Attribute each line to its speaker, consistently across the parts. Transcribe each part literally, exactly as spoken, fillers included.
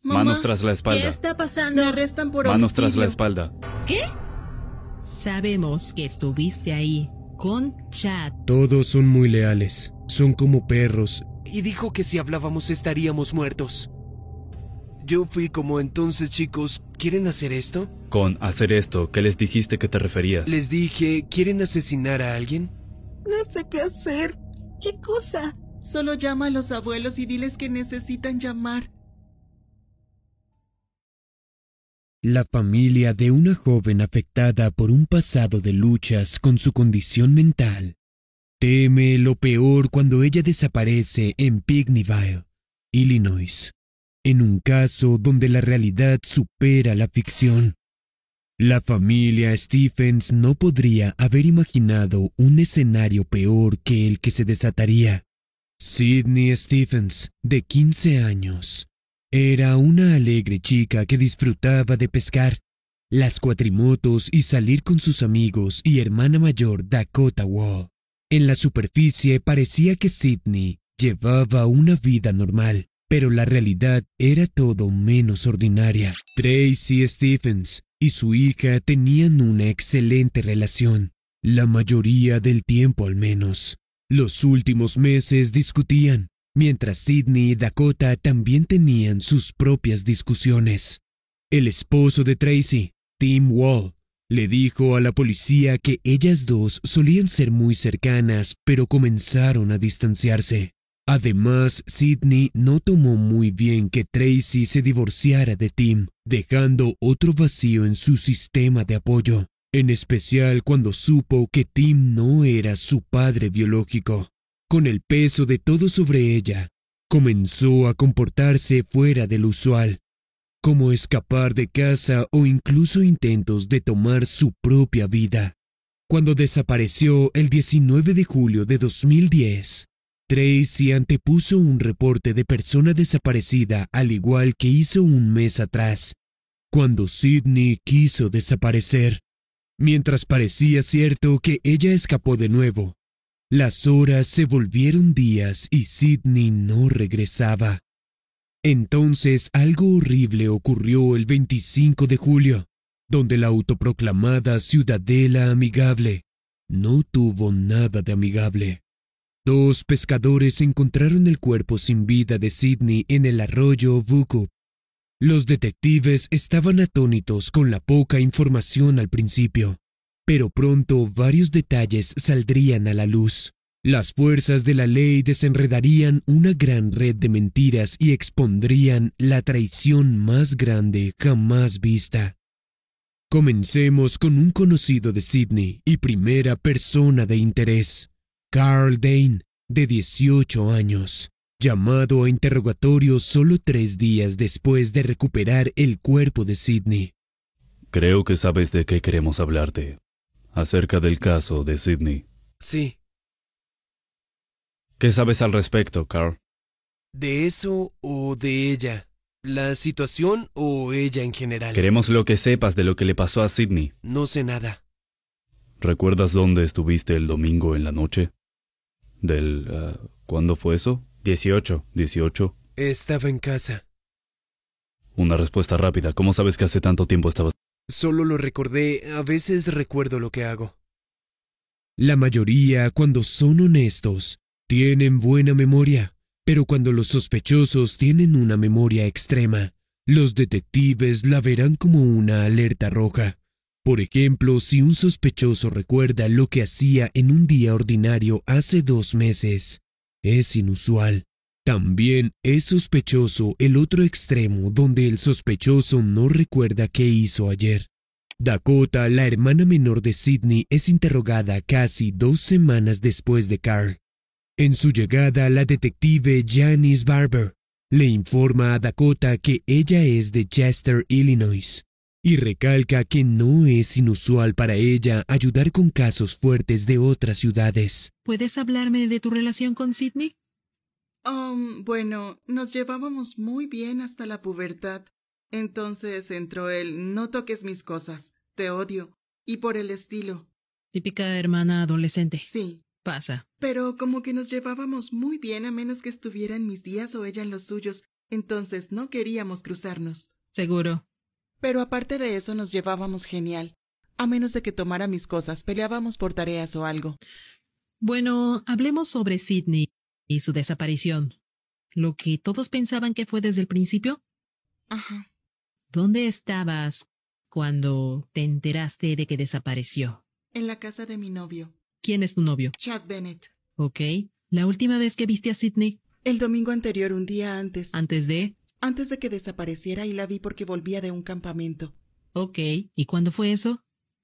Speaker 1: Manos tras la
Speaker 2: ¿Qué
Speaker 1: espalda.
Speaker 2: está pasando?
Speaker 3: Me arrestan por
Speaker 1: Manos
Speaker 3: homicidio.
Speaker 1: tras la espalda.
Speaker 2: ¿Qué? Sabemos que estuviste ahí con Chad.
Speaker 4: Todos son muy leales. Son como perros.
Speaker 5: Y dijo que si hablábamos estaríamos muertos. Yo fui como, entonces chicos, ¿quieren hacer esto?
Speaker 1: Con hacer esto, ¿qué les dijiste que te referías?
Speaker 5: Les dije, ¿quieren asesinar a alguien?
Speaker 3: No sé qué hacer. ¿Qué cosa? Solo llama a los abuelos y diles que necesitan llamar.
Speaker 4: La familia de una joven afectada por un pasado de luchas con su condición mental teme lo peor cuando ella desaparece en Pinckneyville, Illinois, en un caso donde la realidad supera la ficción. La familia Stephens no podría haber imaginado un escenario peor que el que se desataría. Sydney Stephens, de quince años, era una alegre chica que disfrutaba de pescar, las cuatrimotos y salir con sus amigos y hermana mayor Dakota Wall. En la superficie parecía que Sydney llevaba una vida normal, pero la realidad era todo menos ordinaria. Tracy Stephens y su hija tenían una excelente relación, la mayoría del tiempo al menos. Los últimos meses discutían, mientras Sydney y Dakota también tenían sus propias discusiones. El esposo de Tracy, Tim Wall, le dijo a la policía que ellas dos solían ser muy cercanas, pero comenzaron a distanciarse. Además, Sydney no tomó muy bien que Tracy se divorciara de Tim, dejando otro vacío en su sistema de apoyo, en especial cuando supo que Tim no era su padre biológico. Con el peso de todo sobre ella, comenzó a comportarse fuera del usual, como escapar de casa o incluso intentos de tomar su propia vida. Cuando desapareció el diecinueve de julio de dos mil diez, Tracy antepuso un reporte de persona desaparecida al igual que hizo un mes atrás, cuando Sydney quiso desaparecer. Mientras parecía cierto que ella escapó de nuevo, las horas se volvieron días y Sydney no regresaba. Entonces algo horrible ocurrió el veinticinco de julio, donde la autoproclamada Ciudadela Amigable no tuvo nada de amigable. Dos pescadores encontraron el cuerpo sin vida de Sydney en el arroyo Vuku. Los detectives estaban atónitos con la poca información al principio, pero pronto varios detalles saldrían a la luz. Las fuerzas de la ley desenredarían una gran red de mentiras y expondrían la traición más grande jamás vista. Comencemos con un conocido de Sydney y primera persona de interés, Carl Dane, de dieciocho años, llamado a interrogatorio solo tres días después de recuperar el cuerpo de Sydney.
Speaker 1: Creo que sabes de qué queremos hablarte. Acerca del caso de Sydney.
Speaker 5: Sí.
Speaker 1: ¿Qué sabes al respecto, Carl?
Speaker 5: ¿De eso o de ella? ¿La situación o ella en general?
Speaker 1: Queremos lo que sepas de lo que le pasó a Sydney.
Speaker 5: No sé nada.
Speaker 1: ¿Recuerdas dónde estuviste el domingo en la noche? Del... Uh, ¿Cuándo fue eso? dieciocho. dieciocho.
Speaker 5: Estaba en casa.
Speaker 1: Una respuesta rápida. ¿Cómo sabes que hace tanto tiempo estabas?
Speaker 5: Solo lo recordé. A veces recuerdo lo que hago.
Speaker 4: La mayoría, cuando son honestos, tienen buena memoria, pero cuando los sospechosos tienen una memoria extrema, los detectives la verán como una alerta roja. Por ejemplo, si un sospechoso recuerda lo que hacía en un día ordinario hace dos meses, es inusual. También es sospechoso el otro extremo donde el sospechoso no recuerda qué hizo ayer. Dakota, la hermana menor de Sydney, es interrogada casi dos semanas después de Carl. En su llegada, la detective Janice Barber le informa a Dakota que ella es de Chester, Illinois, y recalca que no es inusual para ella ayudar con casos fuertes de otras ciudades.
Speaker 2: ¿Puedes hablarme de tu relación con Sydney?
Speaker 3: Um, bueno, nos llevábamos muy bien hasta la pubertad. Entonces entró el no toques mis cosas, te odio, y por el estilo.
Speaker 2: Típica hermana adolescente.
Speaker 3: Sí.
Speaker 2: Pasa.
Speaker 3: Pero como que nos llevábamos muy bien a menos que estuviera en mis días o ella en los suyos, Entonces no queríamos cruzarnos.
Speaker 2: Seguro.
Speaker 3: Pero aparte de eso nos llevábamos genial. A menos de que tomara mis cosas, peleábamos por tareas o algo.
Speaker 2: Bueno, hablemos sobre Sydney y su desaparición. Lo que todos pensaban que fue desde el principio.
Speaker 3: Ajá.
Speaker 2: ¿Dónde estabas cuando te enteraste de que desapareció?
Speaker 3: En la casa de mi novio,
Speaker 2: ¿Quién es tu novio?
Speaker 3: Chad Bennett.
Speaker 2: Ok. ¿La última vez que viste a Sydney?
Speaker 3: El domingo anterior, un día antes.
Speaker 2: Antes de...
Speaker 3: Antes de que desapareciera y la vi porque volvía de un campamento.
Speaker 2: Ok. ¿Y cuándo fue eso?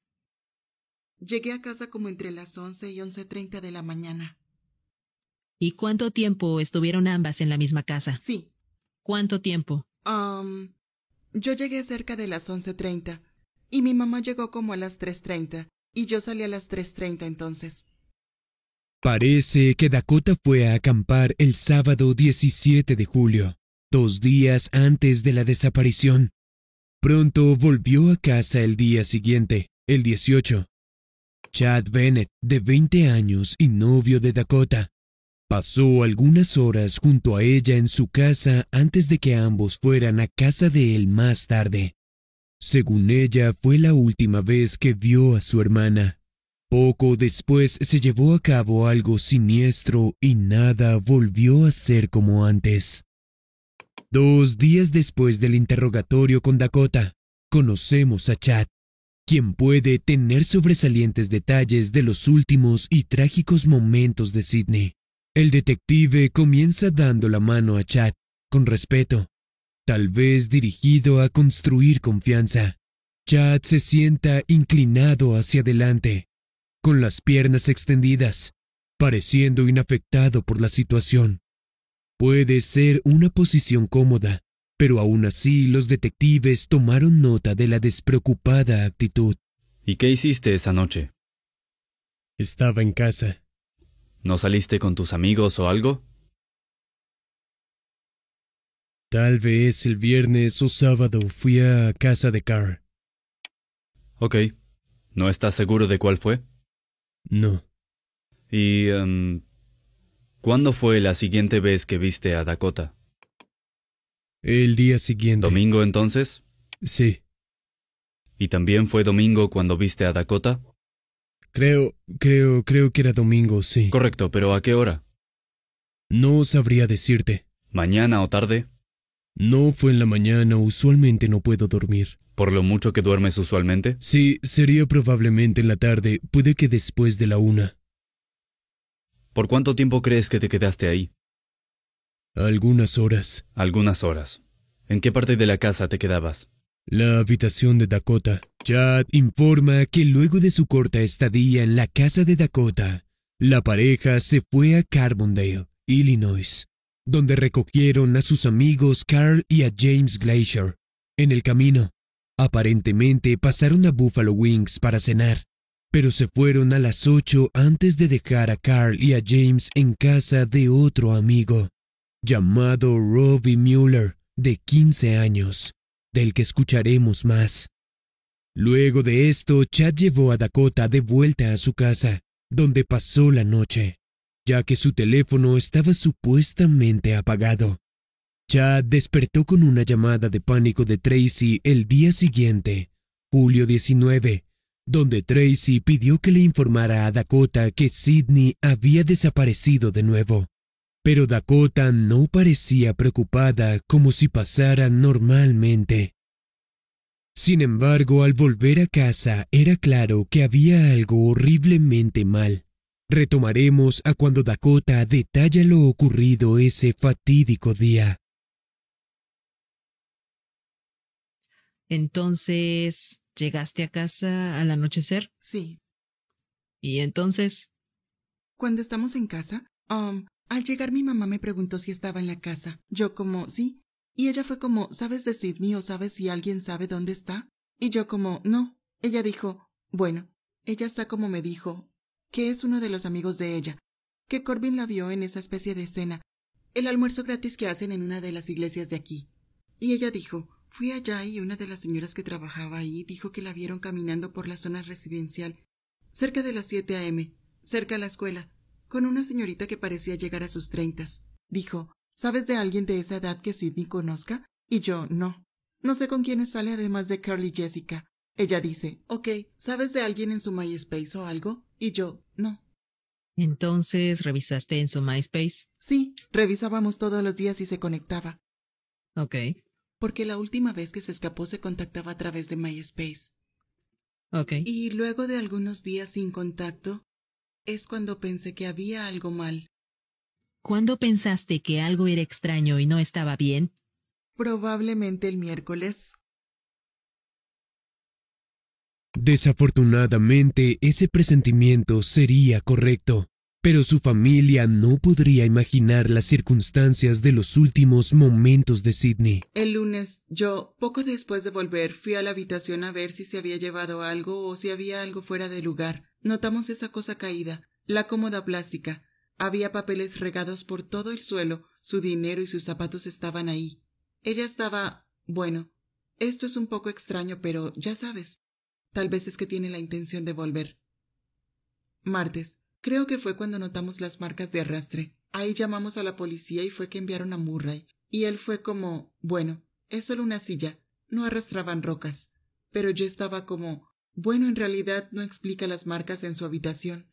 Speaker 3: Llegué a casa como entre las once y once treinta de la mañana.
Speaker 2: ¿Y cuánto tiempo estuvieron ambas en la misma casa?
Speaker 3: Sí.
Speaker 2: ¿Cuánto tiempo?
Speaker 3: Um, yo llegué cerca de las once treinta y mi mamá llegó como a las tres treinta y yo salí a las tres treinta entonces.
Speaker 4: Parece que Dakota fue a acampar el sábado diecisiete de julio, dos días antes de la desaparición. Pronto volvió a casa el día siguiente, el dieciocho. Chad Bennett, de veinte años y novio de Dakota, pasó algunas horas junto a ella en su casa antes de que ambos fueran a casa de él más tarde. Según ella, fue la última vez que vio a su hermana. Poco después se llevó a cabo algo siniestro y nada volvió a ser como antes. Dos días después del interrogatorio con Dakota, conocemos a Chad, quien puede tener sobresalientes detalles de los últimos y trágicos momentos de Sydney. El detective comienza dando la mano a Chad, con respeto, tal vez dirigido a construir confianza. Chad se sienta inclinado hacia adelante, con las piernas extendidas, pareciendo inafectado por la situación. Puede ser una posición cómoda, pero aún así los detectives tomaron nota de la despreocupada actitud.
Speaker 1: ¿Y qué hiciste esa noche?
Speaker 4: Estaba en casa.
Speaker 1: ¿No saliste con tus amigos o algo?
Speaker 4: Tal vez el viernes o sábado fui a casa de Carl.
Speaker 1: Ok. ¿No estás seguro de cuál fue?
Speaker 4: No.
Speaker 1: ¿Y um, cuándo fue la siguiente vez que viste a Dakota?
Speaker 4: El día siguiente.
Speaker 1: ¿Domingo entonces?
Speaker 4: Sí.
Speaker 1: ¿Y también fue domingo cuando viste a Dakota?
Speaker 4: Creo, creo, creo que era domingo, sí.
Speaker 1: Correcto, pero ¿a qué hora?
Speaker 4: No sabría decirte.
Speaker 1: ¿Mañana o tarde?
Speaker 4: No fue en la mañana, usualmente no puedo dormir.
Speaker 1: ¿Por lo mucho que duermes usualmente?
Speaker 4: Sí, sería probablemente en la tarde, puede que después de la una.
Speaker 1: ¿Por cuánto tiempo crees que te quedaste ahí?
Speaker 4: Algunas horas.
Speaker 1: Algunas horas. ¿En qué parte de la casa te quedabas?
Speaker 4: La habitación de Dakota. Chad informa que luego de su corta estadía en la casa de Dakota, la pareja se fue a Carbondale, Illinois, donde recogieron a sus amigos Carl y a James Glacier. En el camino, aparentemente pasaron a Buffalo Wings para cenar, pero se fueron a las ocho antes de dejar a Carl y a James en casa de otro amigo, llamado Robbie Mueller, de quince años, del que escucharemos más. Luego de esto, Chad llevó a Dakota de vuelta a su casa, donde pasó la noche, ya que su teléfono estaba supuestamente apagado. Chad despertó con una llamada de pánico de Tracy el día siguiente, julio diecinueve, donde Tracy pidió que le informara a Dakota que Sydney había desaparecido de nuevo. Pero Dakota no parecía preocupada como si pasara normalmente. Sin embargo, al volver a casa era claro que había algo horriblemente mal. Retomaremos a cuando Dakota detalla lo ocurrido ese fatídico día.
Speaker 2: Entonces, ¿llegaste a casa al anochecer?
Speaker 3: Sí.
Speaker 2: ¿Y entonces?
Speaker 3: Cuando estamos en casa, um, al llegar mi mamá me preguntó si estaba en la casa. Yo como, sí. Y ella fue como, ¿sabes de Sydney o sabes si alguien sabe dónde está? Y yo como, no. Ella dijo, bueno, ella está como me dijo, que es uno de los amigos de ella, que Corbin la vio en esa especie de cena, el almuerzo gratis que hacen en una de las iglesias de aquí. Y ella dijo, fui allá y una de las señoras que trabajaba ahí dijo que la vieron caminando por la zona residencial, cerca de las siete a eme, cerca a la escuela, con una señorita que parecía llegar a sus treintas. Dijo, ¿sabes de alguien de esa edad que Sydney conozca? Y yo, no. No sé con quiénes sale además de Carl y Jessica. Ella dice, ok, ¿sabes de alguien en su MySpace o algo? Y yo, no.
Speaker 2: Entonces, ¿revisaste en su MySpace?
Speaker 3: Sí, revisábamos todos los días y se conectaba.
Speaker 2: Ok.
Speaker 3: Porque la última vez que se escapó se contactaba a través de MySpace.
Speaker 2: Ok.
Speaker 3: Y luego de algunos días sin contacto, es cuando pensé que había algo mal.
Speaker 2: ¿Cuándo pensaste que algo era extraño y no estaba bien?
Speaker 3: Probablemente el miércoles.
Speaker 4: Desafortunadamente, ese presentimiento sería correcto, pero su familia no podría imaginar las circunstancias de los últimos momentos de Sydney.
Speaker 3: El lunes, yo, poco después de volver, fui a la habitación a ver si se había llevado algo o si había algo fuera de lugar. Notamos esa cosa caída, la cómoda plástica. Había papeles regados por todo el suelo, su dinero y sus zapatos estaban ahí. Ella estaba... bueno, esto es un poco extraño, pero ya sabes. Tal vez es que tiene la intención de volver. Martes. Creo que fue cuando notamos las marcas de arrastre. Ahí llamamos a la policía y fue que enviaron a Murray. Y él fue como, bueno, es solo una silla, no arrastraban rocas. Pero yo estaba como, bueno, en realidad no explica las marcas en su habitación.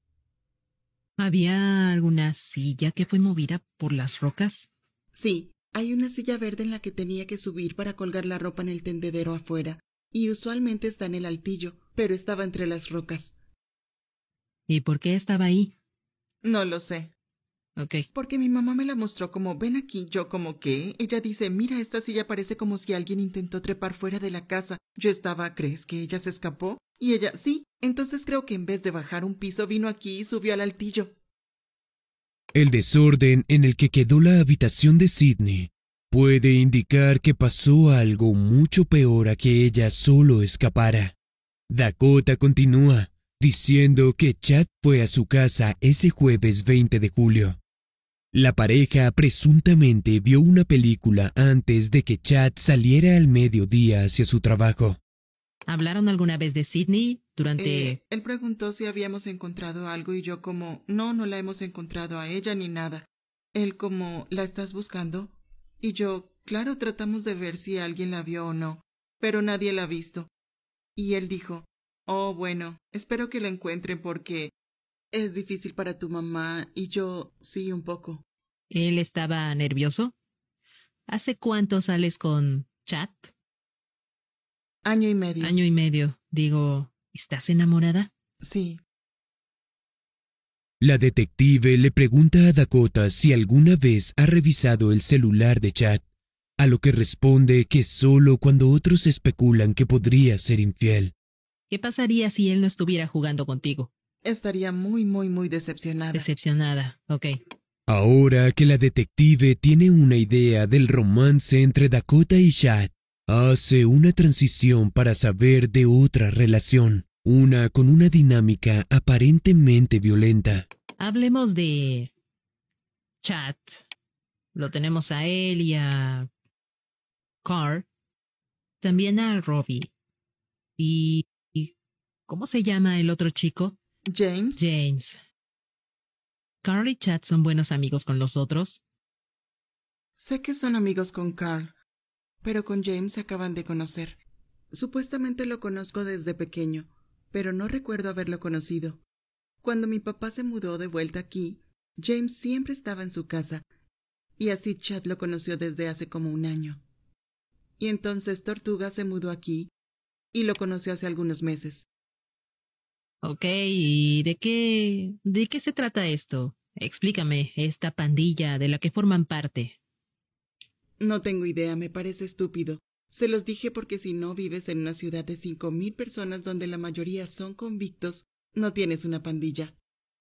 Speaker 2: ¿Había alguna silla que fue movida por las rocas?
Speaker 3: Sí, hay una silla verde en la que tenía que subir para colgar la ropa en el tendedero afuera. Y usualmente está en el altillo, pero estaba entre las rocas.
Speaker 2: ¿Y por qué estaba ahí?
Speaker 3: No lo sé.
Speaker 2: Ok.
Speaker 3: Porque mi mamá me la mostró como, ven aquí, yo como, ¿qué? Ella dice, mira, esta silla parece como si alguien intentó trepar fuera de la casa. Yo estaba, ¿crees que ella se escapó? Y ella, sí, entonces creo que en vez de bajar un piso vino aquí y subió al altillo.
Speaker 4: El desorden en el que quedó la habitación de Sydney puede indicar que pasó algo mucho peor a que ella solo escapara. Dakota continúa, diciendo que Chad fue a su casa ese jueves veinte de julio. La pareja presuntamente vio una película antes de que Chad saliera al mediodía hacia su trabajo.
Speaker 2: ¿Hablaron alguna vez de Sydney durante...?
Speaker 3: Eh, él preguntó si habíamos encontrado algo y yo como, no, no la hemos encontrado a ella ni nada. Él como, ¿la estás buscando? Y yo, claro, tratamos de ver si alguien la vio o no, pero nadie la ha visto. Y él dijo, oh, bueno, espero que la encuentren porque es difícil para tu mamá. Y yo, sí, un poco.
Speaker 2: ¿Él estaba nervioso? ¿Hace cuánto sales con Chad?
Speaker 3: Año y medio.
Speaker 2: Año y medio. Digo, ¿estás enamorada?
Speaker 3: Sí.
Speaker 4: La detective le pregunta a Dakota si alguna vez ha revisado el celular de Chad, a lo que responde que solo cuando otros especulan que podría ser infiel.
Speaker 2: ¿Qué pasaría si él no estuviera jugando contigo?
Speaker 3: Estaría muy, muy, muy decepcionada.
Speaker 2: Decepcionada, ok.
Speaker 4: Ahora que la detective tiene una idea del romance entre Dakota y Chad, hace una transición para saber de otra relación, una con una dinámica aparentemente violenta.
Speaker 2: Hablemos de Chad. Lo tenemos a él y a Carl. También a Robbie. Y, y ¿cómo se llama el otro chico?
Speaker 3: James.
Speaker 2: James. ¿Carl y Chad son buenos amigos con los otros?
Speaker 3: Sé que son amigos con Carl, pero con James se acaban de conocer. Supuestamente lo conozco desde pequeño, pero no recuerdo haberlo conocido. Cuando mi papá se mudó de vuelta aquí, James siempre estaba en su casa, y así Chad lo conoció desde hace como un año. Y entonces Tortuga se mudó aquí, y lo conoció hace algunos meses.
Speaker 2: Ok, ¿y de qué, de qué se trata esto? Explícame, esta pandilla de la que forman parte.
Speaker 3: No tengo idea, me parece estúpido. Se los dije porque si no vives en una ciudad de cinco mil personas donde la mayoría son convictos, no tienes una pandilla.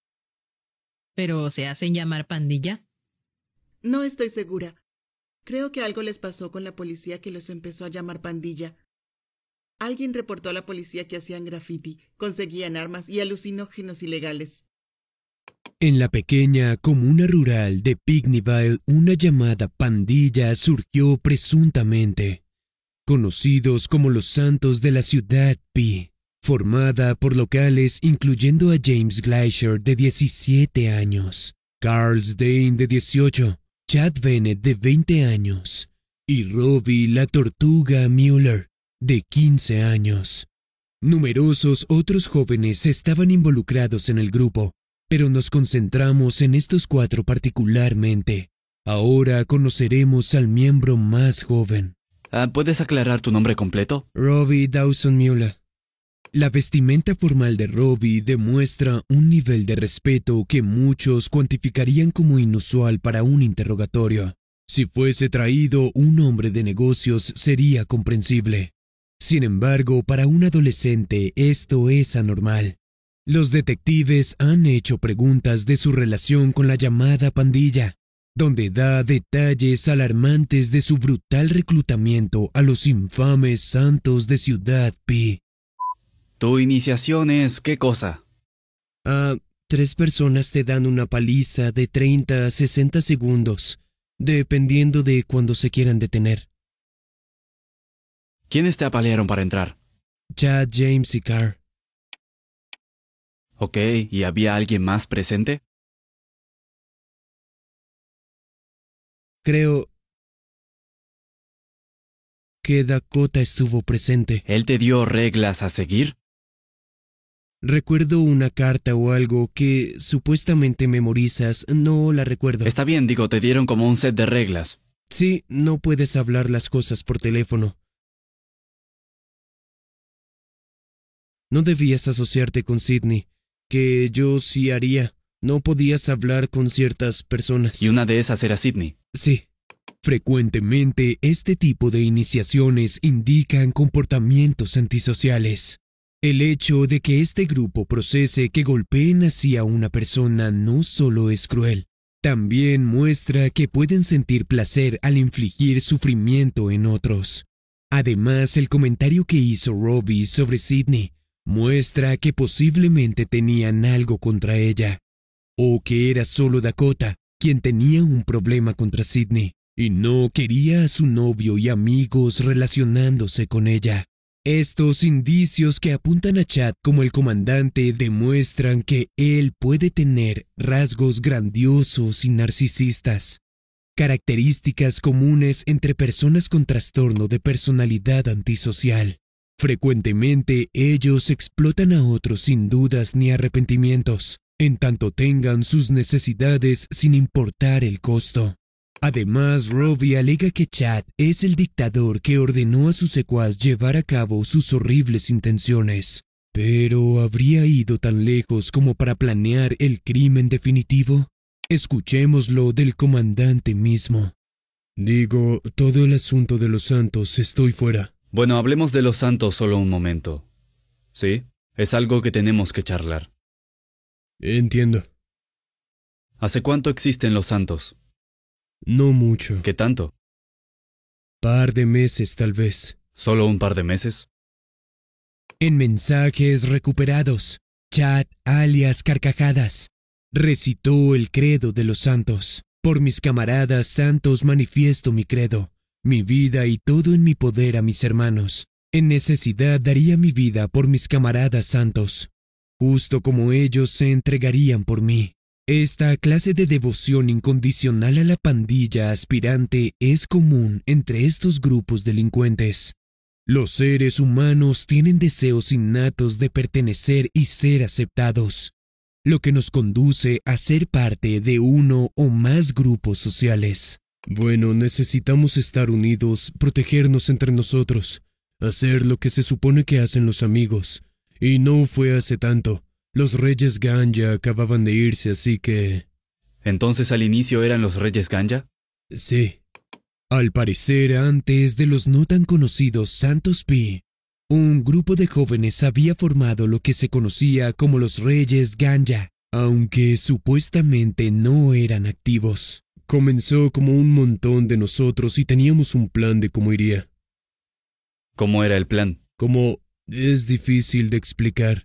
Speaker 2: ¿Pero se hacen llamar pandilla?
Speaker 3: No estoy segura. Creo que algo les pasó con la policía que los empezó a llamar pandilla. Alguien reportó a la policía que hacían graffiti, conseguían armas y alucinógenos ilegales.
Speaker 4: En la pequeña comuna rural de Pigneeville, una llamada pandilla surgió presuntamente, conocidos como los Santos de la Ciudad Pi, formada por locales incluyendo a James Glacier de diecisiete años, Carl Dane de dieciocho, Chad Bennett, de veinte años, y Robbie la Tortuga Mueller, de quince años. Numerosos otros jóvenes estaban involucrados en el grupo, pero nos concentramos en estos cuatro particularmente. Ahora conoceremos al miembro más joven.
Speaker 1: Ah, ¿puedes aclarar tu nombre completo?
Speaker 4: Robbie Dawson Mueller. La vestimenta formal de Robbie demuestra un nivel de respeto que muchos cuantificarían como inusual para un interrogatorio. Si fuese traído un hombre de negocios sería comprensible. Sin embargo, para un adolescente esto es anormal. Los detectives han hecho preguntas de su relación con la llamada pandilla, donde da detalles alarmantes de su brutal reclutamiento a los infames santos de Ciudad P.
Speaker 1: ¿Tu iniciación es qué cosa?
Speaker 4: Ah, tres personas te dan una paliza de treinta a sesenta segundos, dependiendo de cuándo se quieran detener.
Speaker 1: ¿Quiénes te apalearon para entrar?
Speaker 4: Chad, James y Carr.
Speaker 1: Ok, ¿y había alguien más presente?
Speaker 4: Creo que Dakota estuvo presente.
Speaker 1: ¿Él te dio reglas a seguir?
Speaker 4: Recuerdo una carta o algo que supuestamente memorizas, no la recuerdo.
Speaker 1: Está bien, digo, te dieron como un set de reglas.
Speaker 4: Sí, no puedes hablar las cosas por teléfono. No debías asociarte con Sidney, que yo sí haría. No podías hablar con ciertas personas.
Speaker 1: Y una de esas era Sidney.
Speaker 4: Sí. Frecuentemente, este tipo de iniciaciones indican comportamientos antisociales. El hecho de que este grupo procese que golpeen así a una persona no solo es cruel, también muestra que pueden sentir placer al infligir sufrimiento en otros. Además, el comentario que hizo Robbie sobre Sidney muestra que posiblemente tenían algo contra ella, o que era solo Dakota quien tenía un problema contra Sidney y no quería a su novio y amigos relacionándose con ella. Estos indicios que apuntan a Chad como el comandante demuestran que él puede tener rasgos grandiosos y narcisistas, características comunes entre personas con trastorno de personalidad antisocial. Frecuentemente ellos explotan a otros sin dudas ni arrepentimientos, en tanto tengan sus necesidades sin importar el costo. Además, Robbie alega que Chad es el dictador que ordenó a su secuaz llevar a cabo sus horribles intenciones. ¿Pero habría ido tan lejos como para planear el crimen definitivo? Escuchémoslo del comandante mismo. Digo, todo el asunto de los santos, estoy fuera.
Speaker 1: Bueno, hablemos de los santos solo un momento. ¿Sí? Es algo que tenemos que charlar.
Speaker 4: Entiendo.
Speaker 1: ¿Hace cuánto existen los santos?
Speaker 4: No mucho.
Speaker 1: ¿Qué tanto?
Speaker 4: Par de meses, tal vez.
Speaker 1: ¿Solo un par de meses?
Speaker 4: En mensajes recuperados, Chad, alias Carcajadas, recitó el credo de los santos. Por mis camaradas santos manifiesto mi credo, mi vida y todo en mi poder a mis hermanos. En necesidad daría mi vida por mis camaradas santos, justo como ellos se entregarían por mí. Esta clase de devoción incondicional a la pandilla aspirante es común entre estos grupos delincuentes. Los seres humanos tienen deseos innatos de pertenecer y ser aceptados, lo que nos conduce a ser parte de uno o más grupos sociales. Bueno, necesitamos estar unidos, protegernos entre nosotros, hacer lo que se supone que hacen los amigos. Y no fue hace tanto. Los Reyes Ganja acababan de irse, así que...
Speaker 1: ¿Entonces al inicio eran los Reyes Ganja?
Speaker 4: Sí. Al parecer, antes de los no tan conocidos Santos P, un grupo de jóvenes había formado lo que se conocía como los Reyes Ganja, aunque supuestamente no eran activos. Comenzó como un montón de nosotros y teníamos un plan de cómo iría.
Speaker 1: ¿Cómo era el plan?
Speaker 4: Como es difícil de explicar.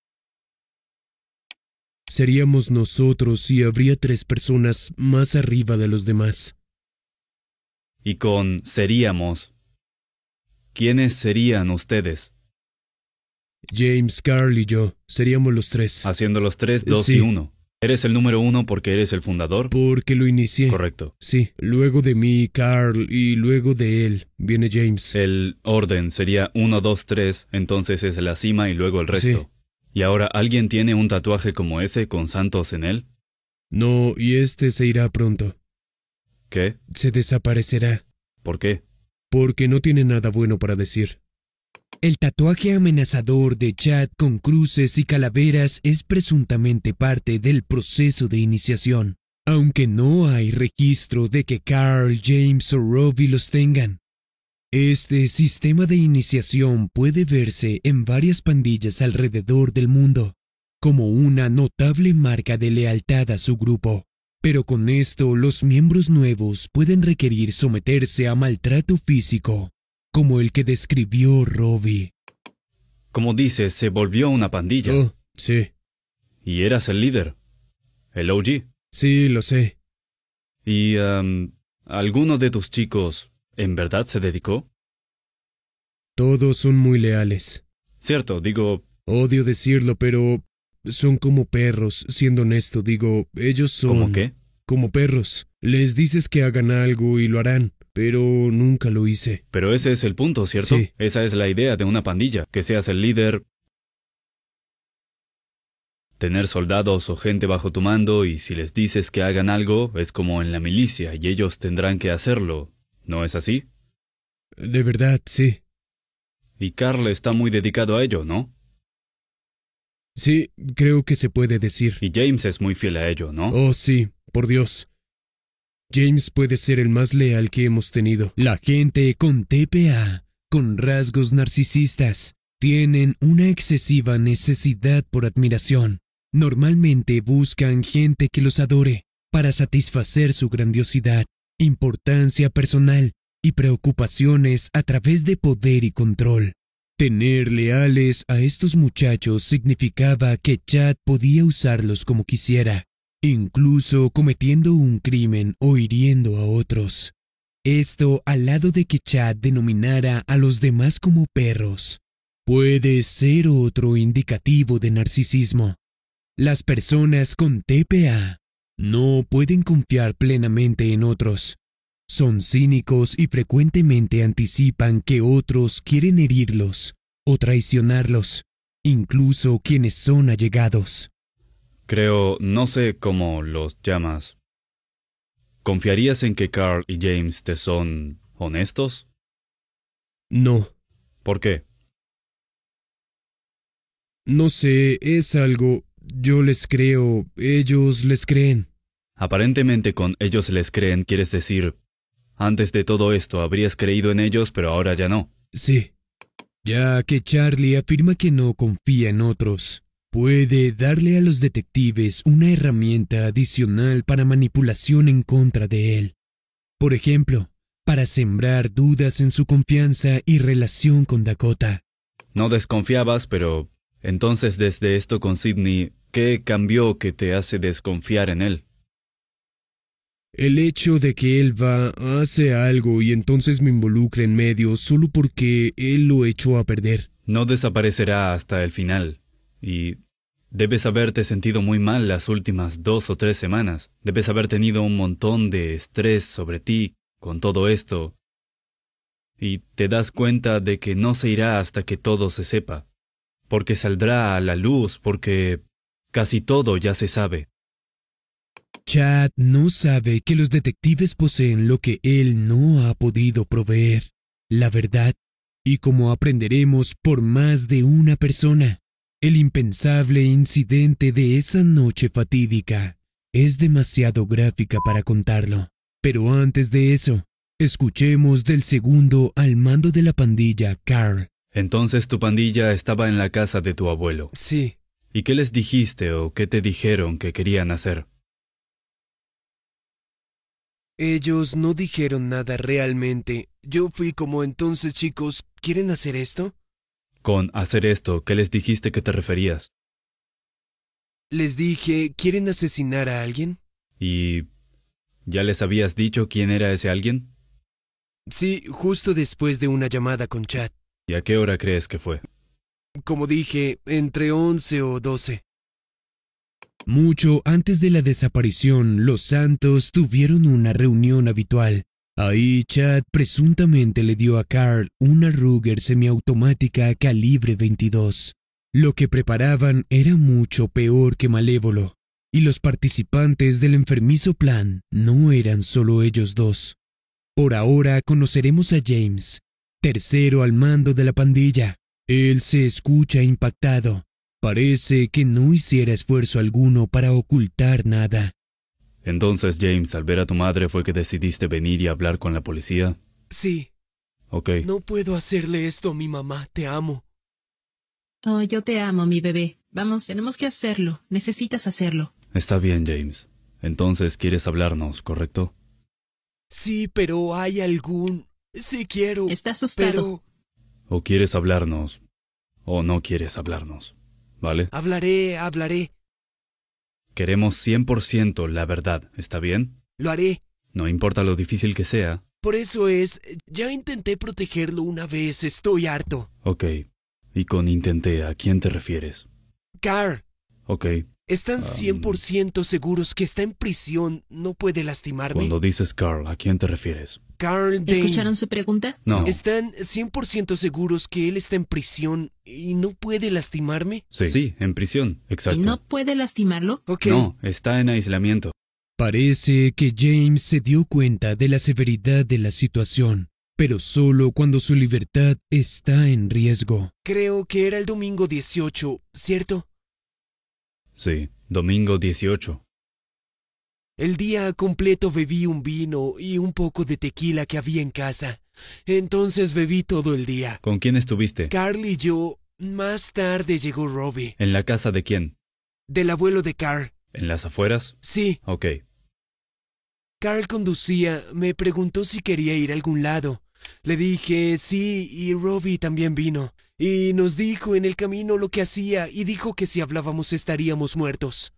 Speaker 4: Seríamos nosotros y habría tres personas más arriba de los demás.
Speaker 1: Y con seríamos, ¿quiénes serían ustedes?
Speaker 4: James, Carl y yo, seríamos los tres.
Speaker 1: Haciendo los tres, dos
Speaker 4: Sí.
Speaker 1: y uno. ¿Eres el número uno porque eres el fundador?
Speaker 4: Porque lo inicié.
Speaker 1: Correcto.
Speaker 4: Sí, luego de mí, Carl, y luego de él viene James.
Speaker 1: El orden sería uno, dos, tres, entonces es la cima y luego el resto.
Speaker 4: Sí.
Speaker 1: ¿Y ahora alguien tiene un tatuaje como ese con santos en él?
Speaker 4: No, y este se irá pronto.
Speaker 1: ¿Qué?
Speaker 4: Se desaparecerá.
Speaker 1: ¿Por qué?
Speaker 4: Porque no tiene nada bueno para decir. El tatuaje amenazador de Chad con cruces y calaveras es presuntamente parte del proceso de iniciación, aunque no hay registro de que Carl, James o Robbie los tengan. Este sistema de iniciación puede verse en varias pandillas alrededor del mundo, como una notable marca de lealtad a su grupo. Pero con esto los miembros nuevos pueden requerir someterse a maltrato físico, como el que describió Robbie.
Speaker 1: Como dices, se volvió una pandilla.
Speaker 4: Oh, sí.
Speaker 1: Y eras el líder. El O G.
Speaker 4: Sí, lo sé.
Speaker 1: ¿Y um, alguno de tus chicos en verdad se dedicó?
Speaker 4: Todos son muy leales.
Speaker 1: Cierto, digo...
Speaker 4: Odio decirlo, pero son como perros, siendo honesto, digo, ellos son...
Speaker 1: ¿Cómo qué?
Speaker 4: Como perros. Les dices que hagan algo y lo harán, pero nunca lo hice.
Speaker 1: Pero ese es el punto, ¿cierto?
Speaker 4: Sí.
Speaker 1: Esa es la idea de una pandilla, que seas el líder, tener soldados o gente bajo tu mando, y si les dices que hagan algo, es como en la milicia, y ellos tendrán que hacerlo. ¿No es así?
Speaker 4: De verdad, sí.
Speaker 1: Y Carl está muy dedicado a ello, ¿no?
Speaker 4: Sí, creo que se puede decir.
Speaker 1: Y James es muy fiel a ello, ¿no?
Speaker 4: Oh, sí, por Dios. James puede ser el más leal que hemos tenido. La gente con T P A, con rasgos narcisistas, tienen una excesiva necesidad por admiración. Normalmente buscan gente que los adore para satisfacer su grandiosidad, importancia personal y preocupaciones a través de poder y control. Tener leales a estos muchachos significaba que Chad podía usarlos como quisiera, incluso cometiendo un crimen o hiriendo a otros. Esto al lado de que Chad denominara a los demás como perros. Puede ser otro indicativo de narcisismo. Las personas con T P A no pueden confiar plenamente en otros. Son cínicos y frecuentemente anticipan que otros quieren herirlos o traicionarlos, incluso quienes son allegados.
Speaker 1: Creo, no sé cómo los llamas. ¿Confiarías en que Carl y James te son honestos?
Speaker 4: No,
Speaker 1: ¿Por qué?
Speaker 4: no sé, es algo. Yo les creo, ellos les creen.
Speaker 1: Aparentemente con ellos les creen, quieres decir, antes de todo esto habrías creído en ellos, pero ahora ya no.
Speaker 4: Sí, ya que Charlie afirma que no confía en otros, puede darle a los detectives una herramienta adicional para manipulación en contra de él. Por ejemplo, para sembrar dudas en su confianza y relación con Dakota.
Speaker 1: No desconfiabas, pero entonces desde esto con Sidney, ¿qué cambió que te hace desconfiar en él?
Speaker 4: El hecho de que él va, hace algo y entonces me involucra en medio solo porque él lo echó a perder.
Speaker 1: No desaparecerá hasta el final. Y debes haberte sentido muy mal las últimas dos o tres semanas. Debes haber tenido un montón de estrés sobre ti con todo esto. Y te das cuenta de que no se irá hasta que todo se sepa. Porque saldrá a la luz, porque casi todo ya se sabe.
Speaker 4: Chad no sabe que los detectives poseen lo que él no ha podido proveer, la verdad, y como aprenderemos por más de una persona, el impensable incidente de esa noche fatídica es demasiado gráfica para contarlo. Pero antes de eso, escuchemos del segundo al mando de la pandilla, Carl.
Speaker 1: Entonces tu pandilla estaba en la casa de tu abuelo.
Speaker 5: Sí.
Speaker 1: ¿Y qué les dijiste o qué te dijeron que querían hacer?
Speaker 5: Ellos no dijeron nada realmente. Yo fui como, entonces chicos, ¿quieren hacer esto?
Speaker 1: Con hacer esto, ¿qué les dijiste que te referías?
Speaker 5: Les dije, ¿quieren asesinar a alguien?
Speaker 1: ¿Y ya les habías dicho quién era ese alguien?
Speaker 5: Sí, justo después de una llamada con Chad.
Speaker 1: ¿Y a qué hora crees que fue?
Speaker 5: Como dije, entre once o doce.
Speaker 4: Mucho antes de la desaparición, los Santos tuvieron una reunión habitual. Ahí Chad presuntamente le dio a Carl una Ruger semiautomática calibre veintidós. Lo que preparaban era mucho peor que malévolo, y los participantes del enfermizo plan no eran solo ellos dos. Por ahora conoceremos a James, tercero al mando de la pandilla. Él se escucha impactado. Parece que no hiciera esfuerzo alguno para ocultar nada.
Speaker 1: Entonces, James, al ver a tu madre fue que decidiste venir y hablar con la policía.
Speaker 5: Sí.
Speaker 1: Ok.
Speaker 5: No puedo hacerle esto a mi mamá. Te amo.
Speaker 2: Oh, yo te amo, mi bebé. Vamos, tenemos que hacerlo. Necesitas hacerlo.
Speaker 1: Está bien, James. Entonces, ¿quieres hablarnos, correcto?
Speaker 5: Sí, pero hay algún... Sí quiero...
Speaker 2: Está asustado.
Speaker 5: Pero...
Speaker 1: ¿O quieres hablarnos? ¿O no quieres hablarnos? ¿Vale?
Speaker 5: Hablaré, hablaré.
Speaker 1: Queremos cien por ciento la verdad, ¿está bien?
Speaker 5: Lo haré.
Speaker 1: No importa lo difícil que sea.
Speaker 5: Por eso es... Ya intenté protegerlo una vez. Estoy harto.
Speaker 1: Ok. Y con intenté, ¿a quién te refieres?
Speaker 5: Carl.
Speaker 1: Ok.
Speaker 5: ¿Están cien por ciento seguros que está en prisión? ¿No puede lastimarme?
Speaker 1: Cuando dices Carl, ¿a quién te refieres?
Speaker 5: Carl Dane.
Speaker 2: ¿Escucharon su pregunta?
Speaker 1: No.
Speaker 5: ¿Están cien por ciento seguros que él está en prisión y no puede lastimarme?
Speaker 1: Sí, sí, en prisión, exacto.
Speaker 2: ¿Y no puede lastimarlo?
Speaker 5: Ok.
Speaker 1: No, está en aislamiento.
Speaker 4: Parece que James se dio cuenta de la severidad de la situación, pero solo cuando su libertad está en riesgo.
Speaker 5: Creo que era el domingo dieciocho, ¿cierto?
Speaker 1: Sí, domingo dieciocho.
Speaker 5: El día completo bebí un vino y un poco de tequila que había en casa. Entonces bebí todo el día.
Speaker 1: ¿Con quién estuviste?
Speaker 5: Carl y yo... Más tarde llegó Robbie.
Speaker 1: ¿En la casa de quién?
Speaker 5: Del abuelo de Carl.
Speaker 1: ¿En las afueras?
Speaker 5: Sí.
Speaker 1: Ok.
Speaker 5: Carl conducía, me preguntó si quería ir a algún lado. Le dije sí y Robbie también vino. Y nos dijo en el camino lo que hacía y dijo que si hablábamos estaríamos muertos.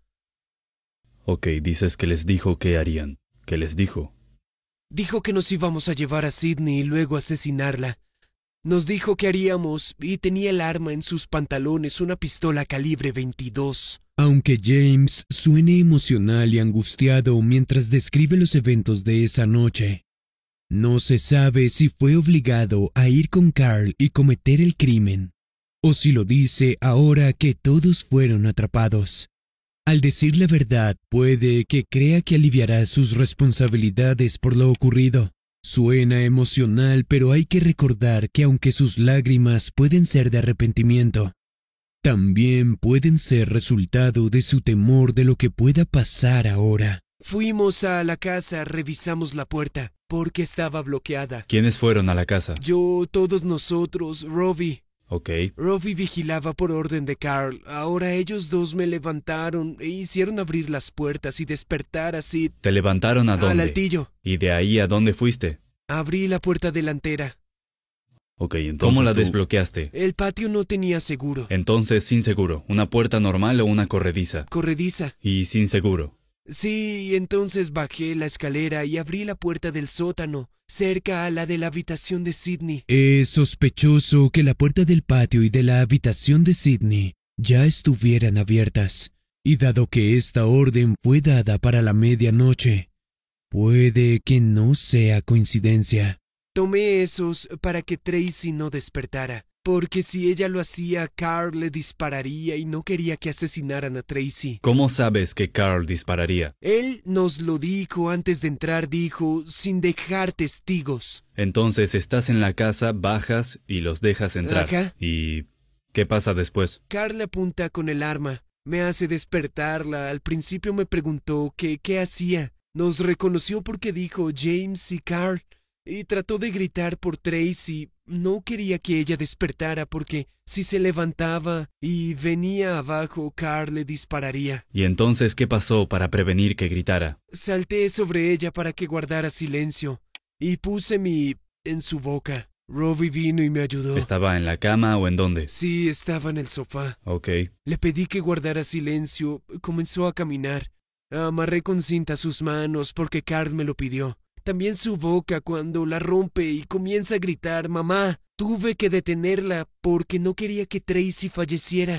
Speaker 1: Ok, dices que les dijo qué harían. ¿Qué les dijo?
Speaker 5: Dijo que nos íbamos a llevar a Sydney y luego asesinarla. Nos dijo que haríamos y tenía el arma en sus pantalones, una pistola calibre veintidós.
Speaker 4: Aunque James suene emocional y angustiado mientras describe los eventos de esa noche, no se sabe si fue obligado a ir con Carl y cometer el crimen, o si lo dice ahora que todos fueron atrapados. Al decir la verdad, puede que crea que aliviará sus responsabilidades por lo ocurrido. Suena emocional, pero hay que recordar que aunque sus lágrimas pueden ser de arrepentimiento, también pueden ser resultado de su temor de lo que pueda pasar ahora.
Speaker 5: Fuimos a la casa, revisamos la puerta, porque estaba bloqueada.
Speaker 1: ¿Quiénes fueron a la casa?
Speaker 5: Yo, todos nosotros, Robbie.
Speaker 1: Ok.
Speaker 5: Robbie vigilaba por orden de Carl. Ahora ellos dos me levantaron e hicieron abrir las puertas y despertar así.
Speaker 1: ¿Te levantaron a
Speaker 5: Al
Speaker 1: dónde?
Speaker 5: altillo.
Speaker 1: ¿Y de ahí a dónde fuiste?
Speaker 5: Abrí la puerta delantera.
Speaker 1: Ok, entonces ¿cómo la
Speaker 5: tú-
Speaker 1: desbloqueaste?
Speaker 5: El patio no tenía seguro.
Speaker 1: Entonces, sin seguro. ¿Una puerta normal o una corrediza?
Speaker 5: Corrediza.
Speaker 1: Y sin seguro.
Speaker 5: Sí, entonces bajé la escalera y abrí la puerta del sótano, cerca a la de la habitación de Sydney.
Speaker 4: Es sospechoso que la puerta del patio y de la habitación de Sydney ya estuvieran abiertas, y dado que esta orden fue dada para la medianoche, puede que no sea coincidencia.
Speaker 5: Tomé esos para que Tracy no despertara, porque si ella lo hacía, Carl le dispararía y no quería que asesinaran a Tracy.
Speaker 1: ¿Cómo sabes que Carl dispararía?
Speaker 5: Él nos lo dijo antes de entrar, dijo, sin dejar testigos.
Speaker 1: Entonces estás en la casa, bajas y los dejas entrar.
Speaker 5: Ajá.
Speaker 1: ¿Y qué pasa después?
Speaker 5: Carl apunta con el arma. Me hace despertarla. Al principio me preguntó que qué hacía. Nos reconoció porque dijo James y Carl. Y trató de gritar por Tracy. No quería que ella despertara porque si se levantaba y venía abajo, Carl le dispararía.
Speaker 1: ¿Y entonces qué pasó para prevenir que gritara?
Speaker 5: Salté sobre ella para que guardara silencio y puse mi en su boca. Robbie vino y me ayudó.
Speaker 1: ¿Estaba en la cama o en dónde?
Speaker 5: Sí, estaba en el sofá.
Speaker 1: Ok.
Speaker 5: Le pedí que guardara silencio. Comenzó a caminar. Amarré con cinta sus manos porque Carl me lo pidió. También su boca cuando la rompe y comienza a gritar, mamá. Tuve que detenerla porque no quería que Tracy falleciera.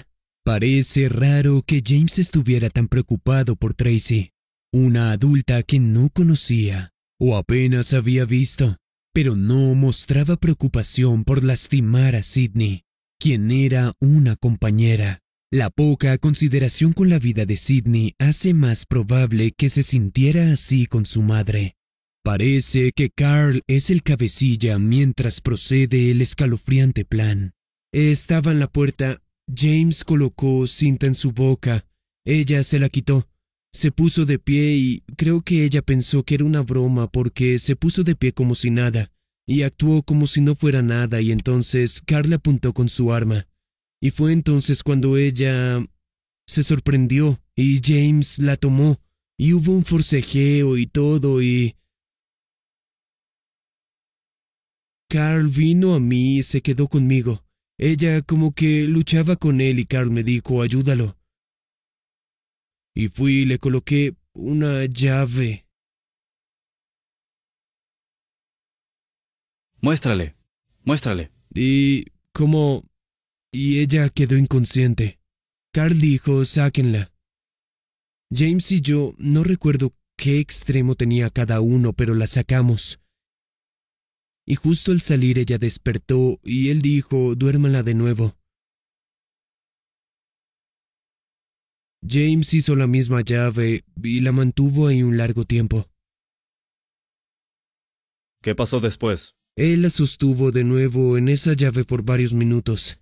Speaker 4: Parece raro que James estuviera tan preocupado por Tracy, una adulta que no conocía o apenas había visto, pero no mostraba preocupación por lastimar a Sydney, quien era una compañera. La poca consideración con la vida de Sydney hace más probable que se sintiera así con su madre. Parece que Carl es el cabecilla mientras procede el escalofriante plan. Estaba en la puerta. James colocó cinta en su boca. Ella se la quitó. Se puso de pie y creo que ella pensó que era una broma porque se puso de pie como si nada y actuó como si no fuera nada, y entonces Carl apuntó con su arma. Y fue entonces cuando ella se sorprendió y James la tomó y hubo un forcejeo y todo y... Carl vino a mí y se quedó conmigo. Ella como que luchaba con él y Carl me dijo, ayúdalo. Y fui y le coloqué una llave.
Speaker 1: Muéstrale, muéstrale.
Speaker 4: Y como... y ella quedó inconsciente. Carl dijo, sáquenla. James y yo no recuerdo qué extremo tenía cada uno, pero la sacamos. Y justo al salir ella despertó y él dijo, duérmala de nuevo. James hizo la misma llave y la mantuvo ahí un largo tiempo.
Speaker 1: ¿Qué pasó después?
Speaker 4: Él la sostuvo de nuevo en esa llave por varios minutos.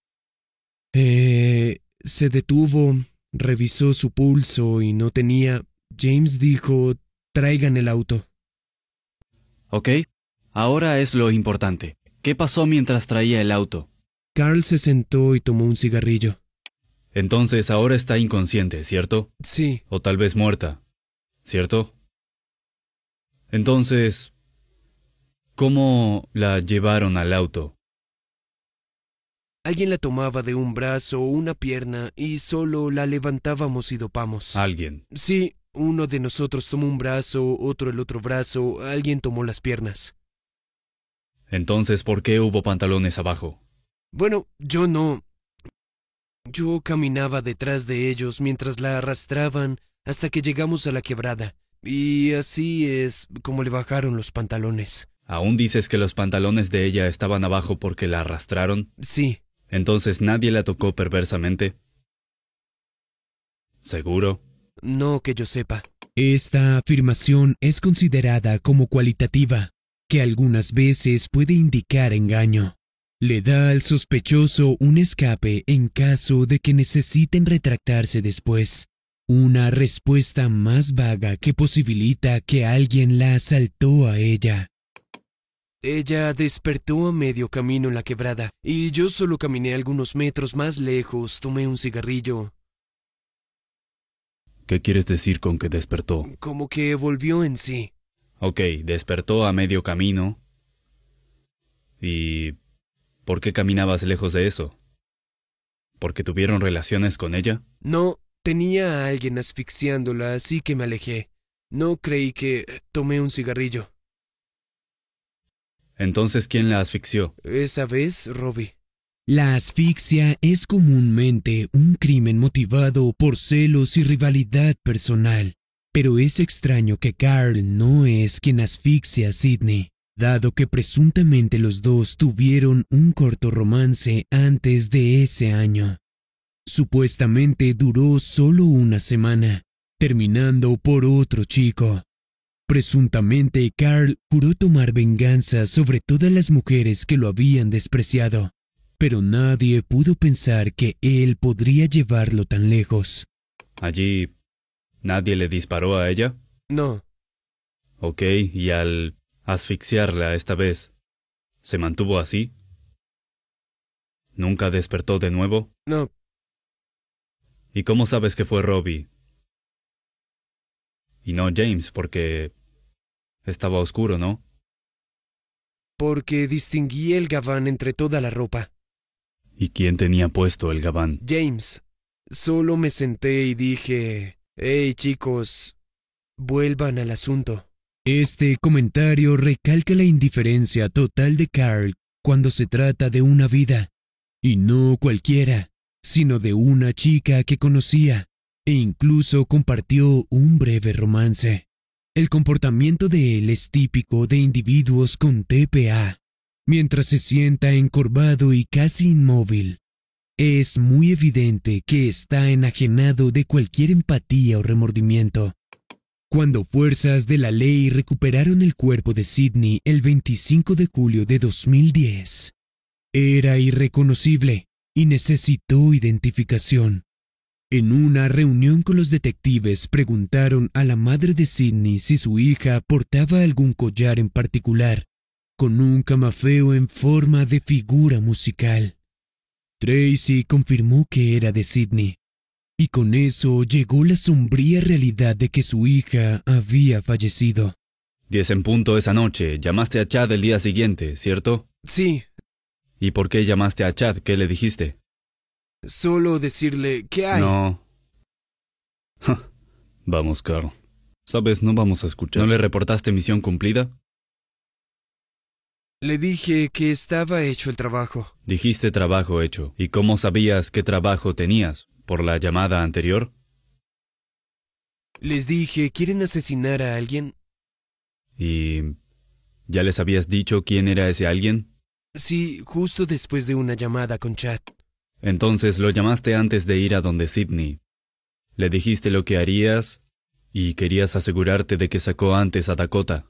Speaker 4: Eh, se detuvo, revisó su pulso y no tenía... James dijo, traigan el auto.
Speaker 1: Ok, ahora es lo importante. ¿Qué pasó mientras traía el auto?
Speaker 4: Carl se sentó y tomó un cigarrillo.
Speaker 1: Entonces ahora está inconsciente, ¿cierto?
Speaker 4: Sí.
Speaker 1: O tal vez muerta, ¿cierto? Entonces, ¿cómo la llevaron al auto?
Speaker 5: Alguien la tomaba de un brazo o una pierna y solo la levantábamos y dopamos.
Speaker 1: Alguien.
Speaker 5: Sí, uno de nosotros tomó un brazo, otro el otro brazo, alguien tomó las piernas.
Speaker 1: Entonces, ¿por qué hubo pantalones abajo?
Speaker 5: Bueno, yo no. Yo caminaba detrás de ellos mientras la arrastraban hasta que llegamos a la quebrada. Y así es como le bajaron los pantalones.
Speaker 1: ¿Aún dices que los pantalones de ella estaban abajo porque la arrastraron?
Speaker 5: Sí.
Speaker 1: Entonces, ¿nadie la tocó perversamente? ¿Seguro?
Speaker 5: No que yo sepa.
Speaker 4: Esta afirmación es considerada como cualitativa, que algunas veces puede indicar engaño. Le da al sospechoso un escape en caso de que necesiten retractarse después. Una respuesta más vaga que posibilita que alguien la asaltó a ella.
Speaker 5: Ella despertó a medio camino en la quebrada, y yo solo caminé algunos metros más lejos, tomé un cigarrillo.
Speaker 1: ¿Qué quieres decir con que despertó?
Speaker 5: Como que volvió en sí.
Speaker 1: Ok, despertó a medio camino. ¿Y por qué caminabas lejos de eso? ¿Porque tuvieron relaciones con ella?
Speaker 5: No, tenía a alguien asfixiándola, así que me alejé. No creí que tomé un cigarrillo.
Speaker 1: Entonces, ¿quién la asfixió?
Speaker 5: Esa vez, Robbie.
Speaker 4: La asfixia es comúnmente un crimen motivado por celos y rivalidad personal, pero es extraño que Carl no es quien asfixia a Sydney, dado que presuntamente los dos tuvieron un corto romance antes de ese año. Supuestamente duró solo una semana, terminando por otro chico. Presuntamente Carl juró tomar venganza sobre todas las mujeres que lo habían despreciado, pero nadie pudo pensar que él podría llevarlo tan lejos.
Speaker 1: ¿Allí nadie le disparó a ella?
Speaker 5: No.
Speaker 1: Ok, y al asfixiarla esta vez, ¿se mantuvo así? ¿Nunca despertó de nuevo?
Speaker 5: No.
Speaker 1: ¿Y cómo sabes que fue Robbie? Y no James, porque estaba oscuro, ¿no?
Speaker 5: Porque distinguí el gabán entre toda la ropa.
Speaker 1: ¿Y quién tenía puesto el gabán?
Speaker 5: James. Solo me senté y dije, hey chicos, vuelvan al asunto.
Speaker 4: Este comentario recalca la indiferencia total de Carl cuando se trata de una vida, y no cualquiera, sino de una chica que conocía, e incluso compartió un breve romance. El comportamiento de él es típico de individuos con T P A. Mientras se sienta encorvado y casi inmóvil, es muy evidente que está enajenado de cualquier empatía o remordimiento. Cuando fuerzas de la ley recuperaron el cuerpo de Sidney el veinticinco de julio de dos mil diez, era irreconocible y necesitó identificación. En una reunión con los detectives preguntaron a la madre de Sidney si su hija portaba algún collar en particular, con un camafeo en forma de figura musical. Tracy confirmó que era de Sidney, y con eso llegó la sombría realidad de que su hija había fallecido.
Speaker 1: Diez en punto esa noche, llamaste a Chad el día siguiente, ¿cierto?
Speaker 5: Sí,
Speaker 1: ¿Y por qué llamaste a Chad? ¿Qué le dijiste?
Speaker 5: solo decirle ¿qué hay?
Speaker 1: No. Ja, Vamos, Carl. Sabes, no vamos a escuchar. ¿No le reportaste misión cumplida?
Speaker 5: Le dije que estaba hecho el trabajo.
Speaker 1: Dijiste trabajo hecho. ¿Y cómo sabías qué trabajo tenías? ¿Por la llamada anterior?
Speaker 5: Les dije, ¿quieren asesinar a alguien?
Speaker 1: ¿Y ya les habías dicho quién era ese alguien?
Speaker 5: Sí, justo después de una llamada con Chad.
Speaker 1: Entonces lo llamaste antes de ir a donde Sidney. Le dijiste lo que harías y querías asegurarte de que sacó antes a Dakota.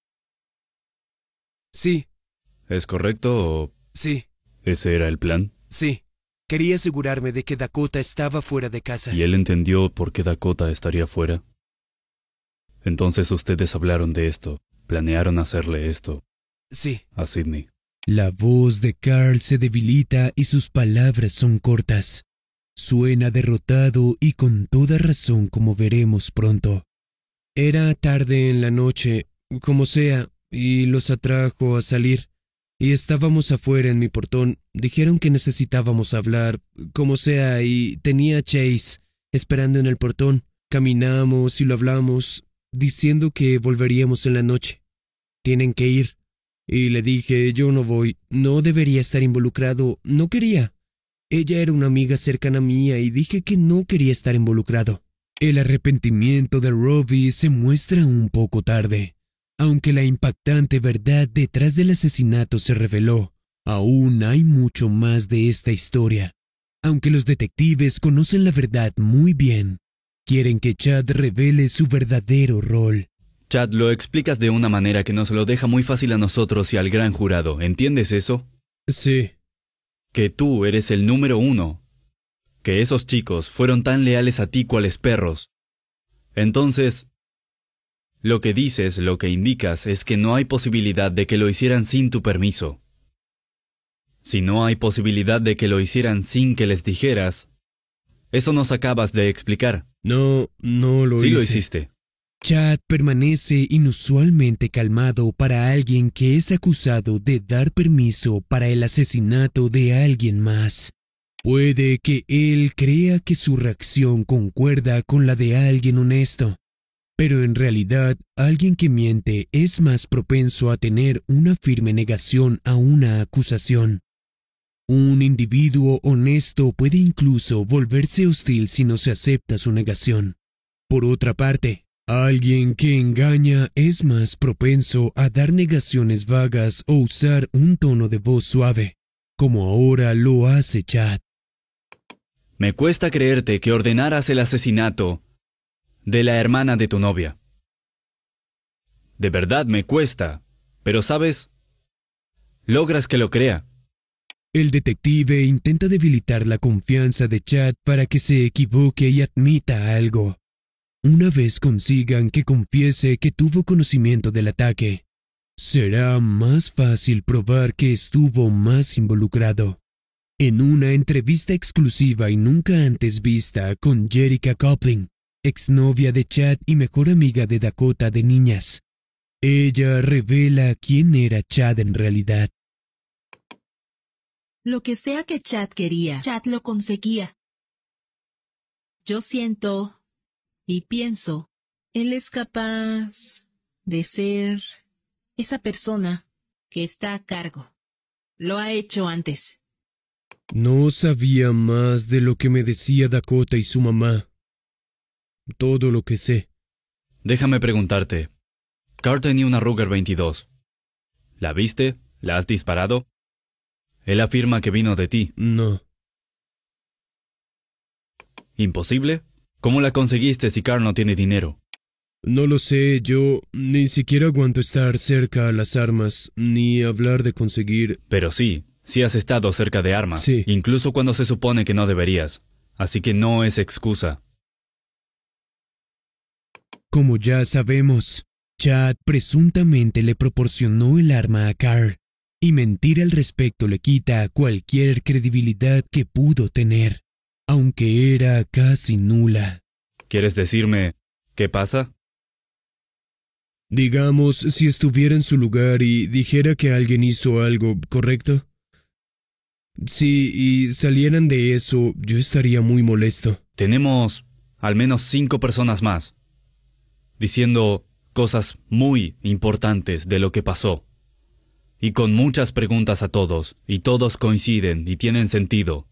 Speaker 5: Sí,
Speaker 1: ¿Es correcto o
Speaker 5: sí,
Speaker 1: ese era el plan?
Speaker 5: sí. Quería asegurarme de que Dakota estaba fuera de casa.
Speaker 1: ¿Y él entendió por qué Dakota estaría fuera? Entonces ustedes hablaron de esto, planearon hacerle esto
Speaker 5: Sí,
Speaker 1: a Sidney.
Speaker 4: La voz de Carl se debilita y sus palabras son cortas. Suena derrotado y con toda razón, como veremos pronto. Era tarde en la noche, como sea, y los atrajo a salir. Y estábamos afuera en mi portón. Dijeron que necesitábamos hablar, como sea, y tenía a Chase esperando en el portón. Caminamos y lo hablamos, diciendo que volveríamos en la noche. Tienen que ir. Y le dije, yo no voy, no debería estar involucrado, no quería. Ella era una amiga cercana mía y dije que no quería estar involucrado. El arrepentimiento de Robbie se muestra un poco tarde. Aunque la impactante verdad detrás del asesinato se reveló, aún hay mucho más de esta historia. Aunque los detectives conocen la verdad muy bien, quieren que Chad revele su verdadero rol.
Speaker 1: Chad, lo explicas de una manera que nos lo deja muy fácil a nosotros y al gran jurado. ¿Entiendes eso?
Speaker 4: Sí.
Speaker 1: Que tú eres el número uno. Que esos chicos fueron tan leales a ti cuales perros. Entonces, lo que dices, lo que indicas, es que no hay posibilidad de que lo hicieran sin tu permiso. Si no hay posibilidad de que lo hicieran sin que les dijeras, eso nos acabas de explicar.
Speaker 4: No, no lo
Speaker 1: Sí
Speaker 4: hice.
Speaker 1: lo hiciste.
Speaker 4: Chad permanece inusualmente calmado para alguien que es acusado de dar permiso para el asesinato de alguien más. Puede que él crea que su reacción concuerda con la de alguien honesto, pero en realidad alguien que miente es más propenso a tener una firme negación a una acusación. Un individuo honesto puede incluso volverse hostil si no se acepta su negación. Por otra parte, alguien que engaña es más propenso a dar negaciones vagas o usar un tono de voz suave, como ahora lo hace Chad.
Speaker 1: Me cuesta creerte que ordenaras el asesinato de la hermana de tu novia. De verdad me cuesta, pero ¿sabes? Logras que lo crea.
Speaker 4: El detective intenta debilitar la confianza de Chad para que se equivoque y admita algo. Una vez consigan que confiese que tuvo conocimiento del ataque, será más fácil probar que estuvo más involucrado. En una entrevista exclusiva y nunca antes vista con Jerica Coupling, exnovia de Chad y mejor amiga de Dakota de niñas, ella revela quién era Chad en realidad.
Speaker 6: Lo que sea que Chad quería, Chad lo conseguía. Yo siento y pienso, él es capaz de ser esa persona que está a cargo. Lo ha hecho antes.
Speaker 4: No sabía más de lo que me decía Dakota y su mamá. Todo lo que sé.
Speaker 1: Déjame preguntarte. Carl tenía una Ruger veintidós. ¿La viste? ¿La has disparado? Él afirma que vino de ti.
Speaker 4: No.
Speaker 1: ¿Imposible? ¿Cómo la conseguiste si Carl no tiene dinero?
Speaker 4: No lo sé, yo ni siquiera aguanto estar cerca a las armas, ni hablar de conseguir...
Speaker 1: Pero sí, sí has estado cerca de armas.
Speaker 4: Sí.
Speaker 1: Incluso cuando se supone que no deberías. Así que no es excusa.
Speaker 4: Como ya sabemos, Chad presuntamente le proporcionó el arma a Carl, y mentir al respecto le quita cualquier credibilidad que pudo tener, aunque era casi nula.
Speaker 1: ¿Quieres decirme qué pasa?
Speaker 4: Digamos, si estuviera en su lugar y dijera que alguien hizo algo, ¿correcto? Sí, y salieran de eso, yo estaría muy molesto.
Speaker 1: Tenemos al menos cinco personas más diciendo cosas muy importantes de lo que pasó. Y con muchas preguntas a todos, y todos coinciden y tienen sentido.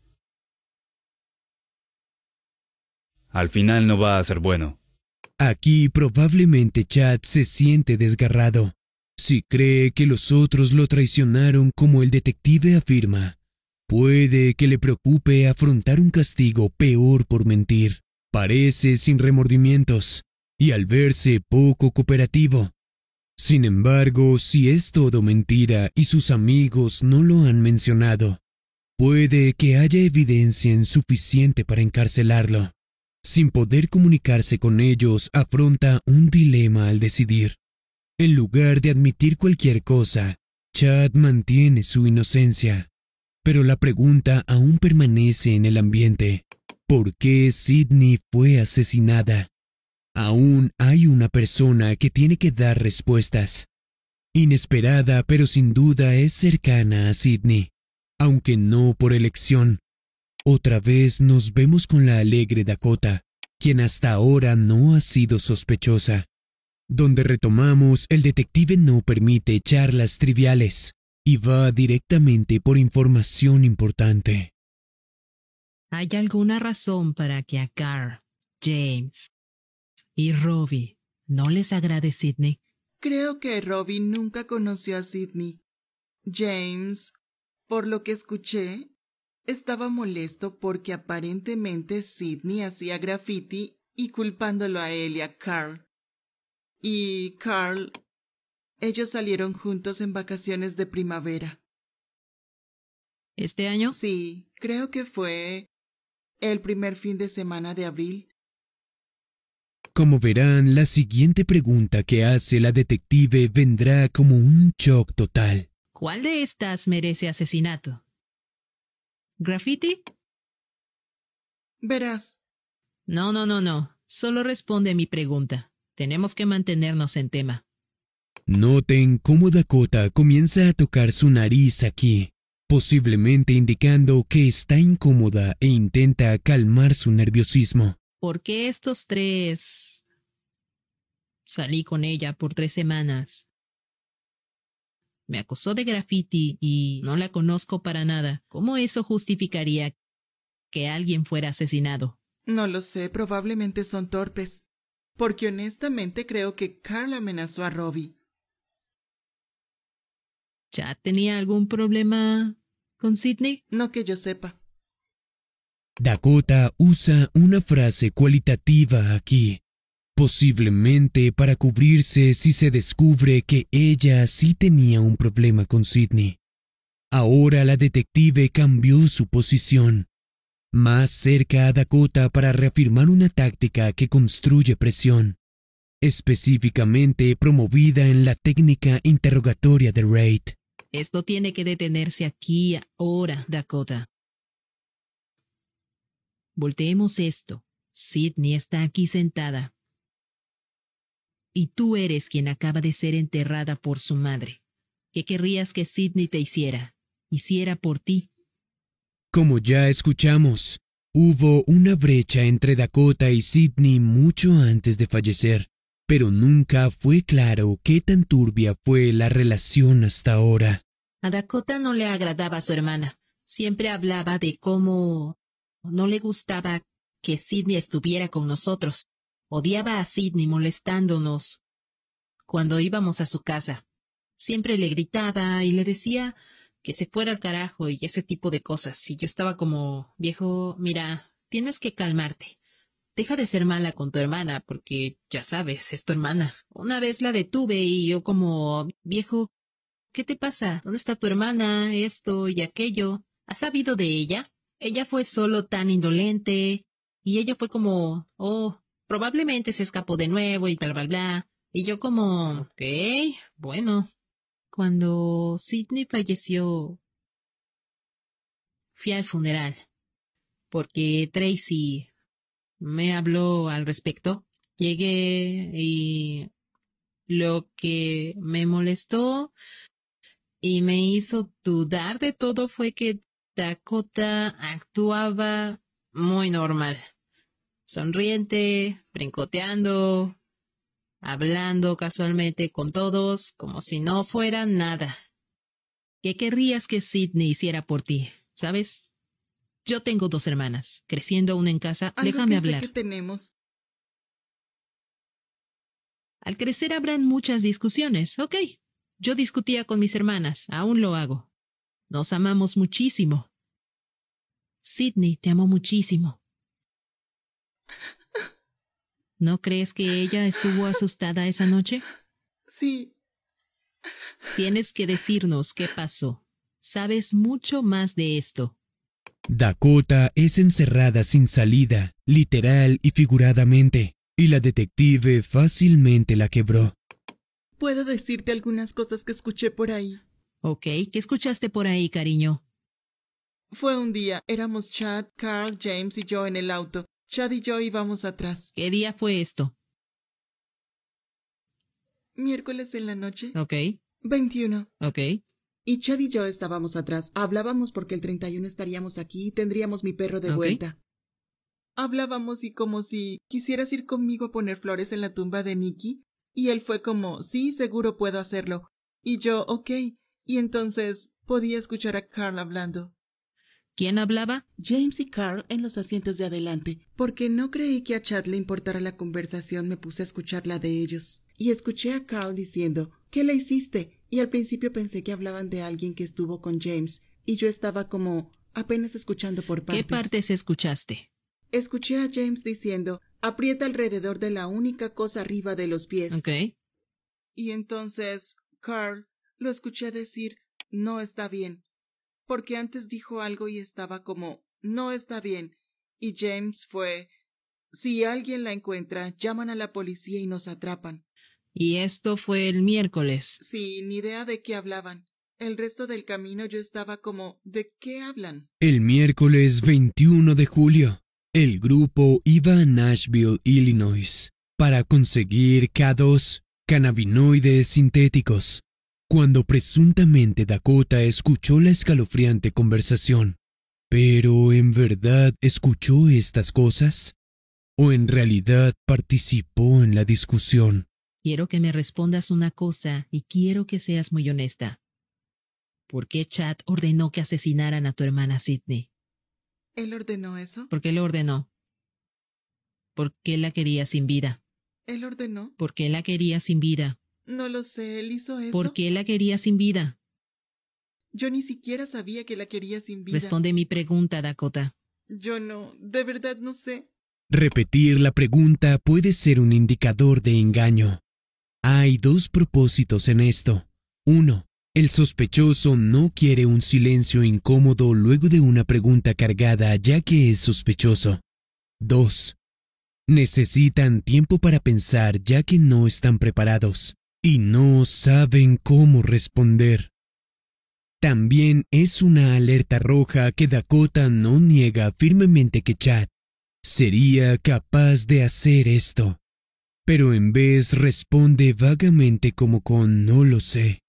Speaker 1: Al final no va a ser bueno.
Speaker 4: Aquí probablemente Chad se siente desgarrado. Si cree que los otros lo traicionaron como el detective afirma, puede que le preocupe afrontar un castigo peor por mentir. Parece sin remordimientos y al verse poco cooperativo. Sin embargo, si es todo mentira y sus amigos no lo han mencionado, puede que haya evidencia insuficiente para encarcelarlo. Sin poder comunicarse con ellos, afronta un dilema al decidir. En lugar de admitir cualquier cosa, Chad mantiene su inocencia. Pero la pregunta aún permanece en el ambiente. ¿Por qué Sydney fue asesinada? Aún hay una persona que tiene que dar respuestas. Inesperada, pero sin duda es cercana a Sydney, aunque no por elección. Otra vez nos vemos con la alegre Dakota, quien hasta ahora no ha sido sospechosa. Donde retomamos, el detective no permite charlas triviales y va directamente por información importante.
Speaker 2: ¿Hay alguna razón para que a Carl, James y Robbie no les agrade Sydney?
Speaker 3: Creo que Robbie nunca conoció a Sydney. James, por lo que escuché, estaba molesto porque aparentemente Sydney hacía graffiti y culpándolo a él y a Carl. Y Carl, ellos salieron juntos en vacaciones de primavera.
Speaker 2: ¿Este año?
Speaker 3: Sí, creo que fue el primer fin de semana de abril.
Speaker 4: Como verán, la siguiente pregunta que hace la detective vendrá como un shock total.
Speaker 2: ¿Cuál de estas merece asesinato? ¿Graffiti?
Speaker 3: Verás.
Speaker 2: No, no, no, no. Solo responde mi pregunta. Tenemos que mantenernos en tema.
Speaker 4: Noten cómo Dakota comienza a tocar su nariz aquí, posiblemente indicando que está incómoda e intenta calmar su nerviosismo.
Speaker 2: ¿Por qué estos tres? Salí con ella por tres semanas. Me acusó de graffiti y no la conozco para nada. ¿Cómo eso justificaría que alguien fuera asesinado?
Speaker 3: No lo sé, probablemente son torpes. Porque honestamente creo que Carl amenazó a Robbie.
Speaker 2: ¿Chad tenía algún problema con Sydney?
Speaker 3: No que yo sepa.
Speaker 4: Dakota usa una frase cualitativa aquí, posiblemente para cubrirse si se descubre que ella sí tenía un problema con Sydney. Ahora la detective cambió su posición, más cerca a Dakota para reafirmar una táctica que construye presión, específicamente promovida en la técnica interrogatoria de Raid.
Speaker 2: Esto tiene que detenerse aquí ahora, Dakota. Volteemos esto. Sydney está aquí sentada. Y tú eres quien acaba de ser enterrada por su madre. ¿Qué querrías que Sydney te hiciera? Hiciera por ti.
Speaker 4: Como ya escuchamos, hubo una brecha entre Dakota y Sydney mucho antes de fallecer, pero nunca fue claro qué tan turbia fue la relación hasta ahora.
Speaker 6: A Dakota no le agradaba a su hermana. siempre hablaba de cómo no le gustaba que Sydney estuviera con nosotros. Odiaba a Sydney molestándonos cuando íbamos a su casa. Siempre le gritaba y le decía que se fuera al carajo y ese tipo de cosas. Y yo estaba como, viejo, mira, tienes que calmarte. Deja de ser mala con tu hermana, porque ya sabes, es tu hermana. Una vez la detuve y yo como, viejo, ¿qué te pasa? ¿Dónde está tu hermana? Esto y aquello. ¿Has sabido de ella? Ella fue solo tan indolente. Y ella fue como, oh, probablemente se escapó de nuevo y bla, bla, bla. Y yo como, ok, bueno. Cuando Sydney falleció, fui al funeral, porque Tracy me habló al respecto. Llegué y lo que me molestó y me hizo dudar de todo fue que Dakota actuaba muy normal, sonriente, brincoteando, hablando casualmente con todos, como si no fuera nada. ¿Qué querrías que Sydney hiciera por ti? ¿Sabes? Yo tengo dos hermanas, creciendo una en casa.
Speaker 3: Algo
Speaker 6: Déjame
Speaker 3: que
Speaker 6: hablar.
Speaker 3: sé que tenemos.
Speaker 6: Al crecer habrán muchas discusiones, ok. Yo discutía con mis hermanas, aún lo hago. Nos amamos muchísimo. Sydney te amó muchísimo. ¿No crees que ella estuvo asustada esa noche?
Speaker 3: Sí.
Speaker 6: Tienes que decirnos qué pasó. Sabes mucho más de esto.
Speaker 4: Dakota es encerrada sin salida, literal y figuradamente, y la detective fácilmente la quebró.
Speaker 3: Puedo decirte algunas cosas que escuché por ahí.
Speaker 6: Ok, ¿qué escuchaste por ahí, cariño?
Speaker 3: Fue un día, éramos Chad, Carl, James y yo en el auto. Chad y yo íbamos atrás.
Speaker 6: ¿Qué día fue esto?
Speaker 3: Miércoles en la noche.
Speaker 6: Ok,
Speaker 3: veintiuno.
Speaker 6: ok.
Speaker 3: Y Chad y yo estábamos atrás. Hablábamos porque el treinta y uno estaríamos aquí y tendríamos mi perro de
Speaker 6: Ok.
Speaker 3: vuelta. Hablábamos y como si quisieras ir conmigo a poner flores en la tumba de Nicky. Y él fue como, sí, seguro puedo hacerlo. Y yo, ok. Y entonces podía escuchar a Carl hablando.
Speaker 6: ¿Quién hablaba?
Speaker 3: James y Carl en los asientos de adelante. Porque no creí que a Chad le importara la conversación, me puse a escuchar la de ellos. Y escuché a Carl diciendo, ¿qué le hiciste? Y al principio pensé que hablaban de alguien que estuvo con James. Y yo estaba como apenas escuchando por partes.
Speaker 6: ¿Qué partes escuchaste?
Speaker 3: Escuché a James diciendo, aprieta alrededor de la única cosa arriba de los pies.
Speaker 6: Ok.
Speaker 3: Y entonces Carl lo escuché decir, no está bien. Porque antes dijo algo y estaba como, no está bien. Y James fue, si alguien la encuentra, llaman a la policía y nos atrapan.
Speaker 6: Y esto fue el miércoles.
Speaker 3: Sin idea de qué hablaban. El resto del camino yo estaba como, ¿de qué hablan?
Speaker 4: El miércoles veintiuno de julio, el grupo iba a Nashville, Illinois, para conseguir K dos, cannabinoides sintéticos, cuando presuntamente Dakota escuchó la escalofriante conversación. ¿Pero en verdad escuchó estas cosas? ¿O en realidad participó en la discusión?
Speaker 6: Quiero que me respondas una cosa y quiero que seas muy honesta. ¿Por qué Chad ordenó que asesinaran a tu hermana Sydney?
Speaker 3: ¿Él ordenó eso?
Speaker 6: ¿Por qué lo ordenó? ¿Por qué la quería sin vida?
Speaker 3: ¿Él ordenó?
Speaker 6: ¿Por qué la quería sin vida?
Speaker 3: No lo sé, él hizo eso.
Speaker 6: ¿Por qué la quería sin vida?
Speaker 3: Yo ni siquiera sabía que la quería sin vida.
Speaker 6: Responde mi pregunta, Dakota.
Speaker 3: Yo no, de verdad no sé.
Speaker 4: Repetir la pregunta puede ser un indicador de engaño. Hay dos propósitos en esto. Uno, el sospechoso no quiere un silencio incómodo luego de una pregunta cargada ya que es sospechoso. Dos, necesitan tiempo para pensar ya que no están preparados y no saben cómo responder. También es una alerta roja que Dakota no niega firmemente que Chad sería capaz de hacer esto, pero en vez responde vagamente como con no lo sé.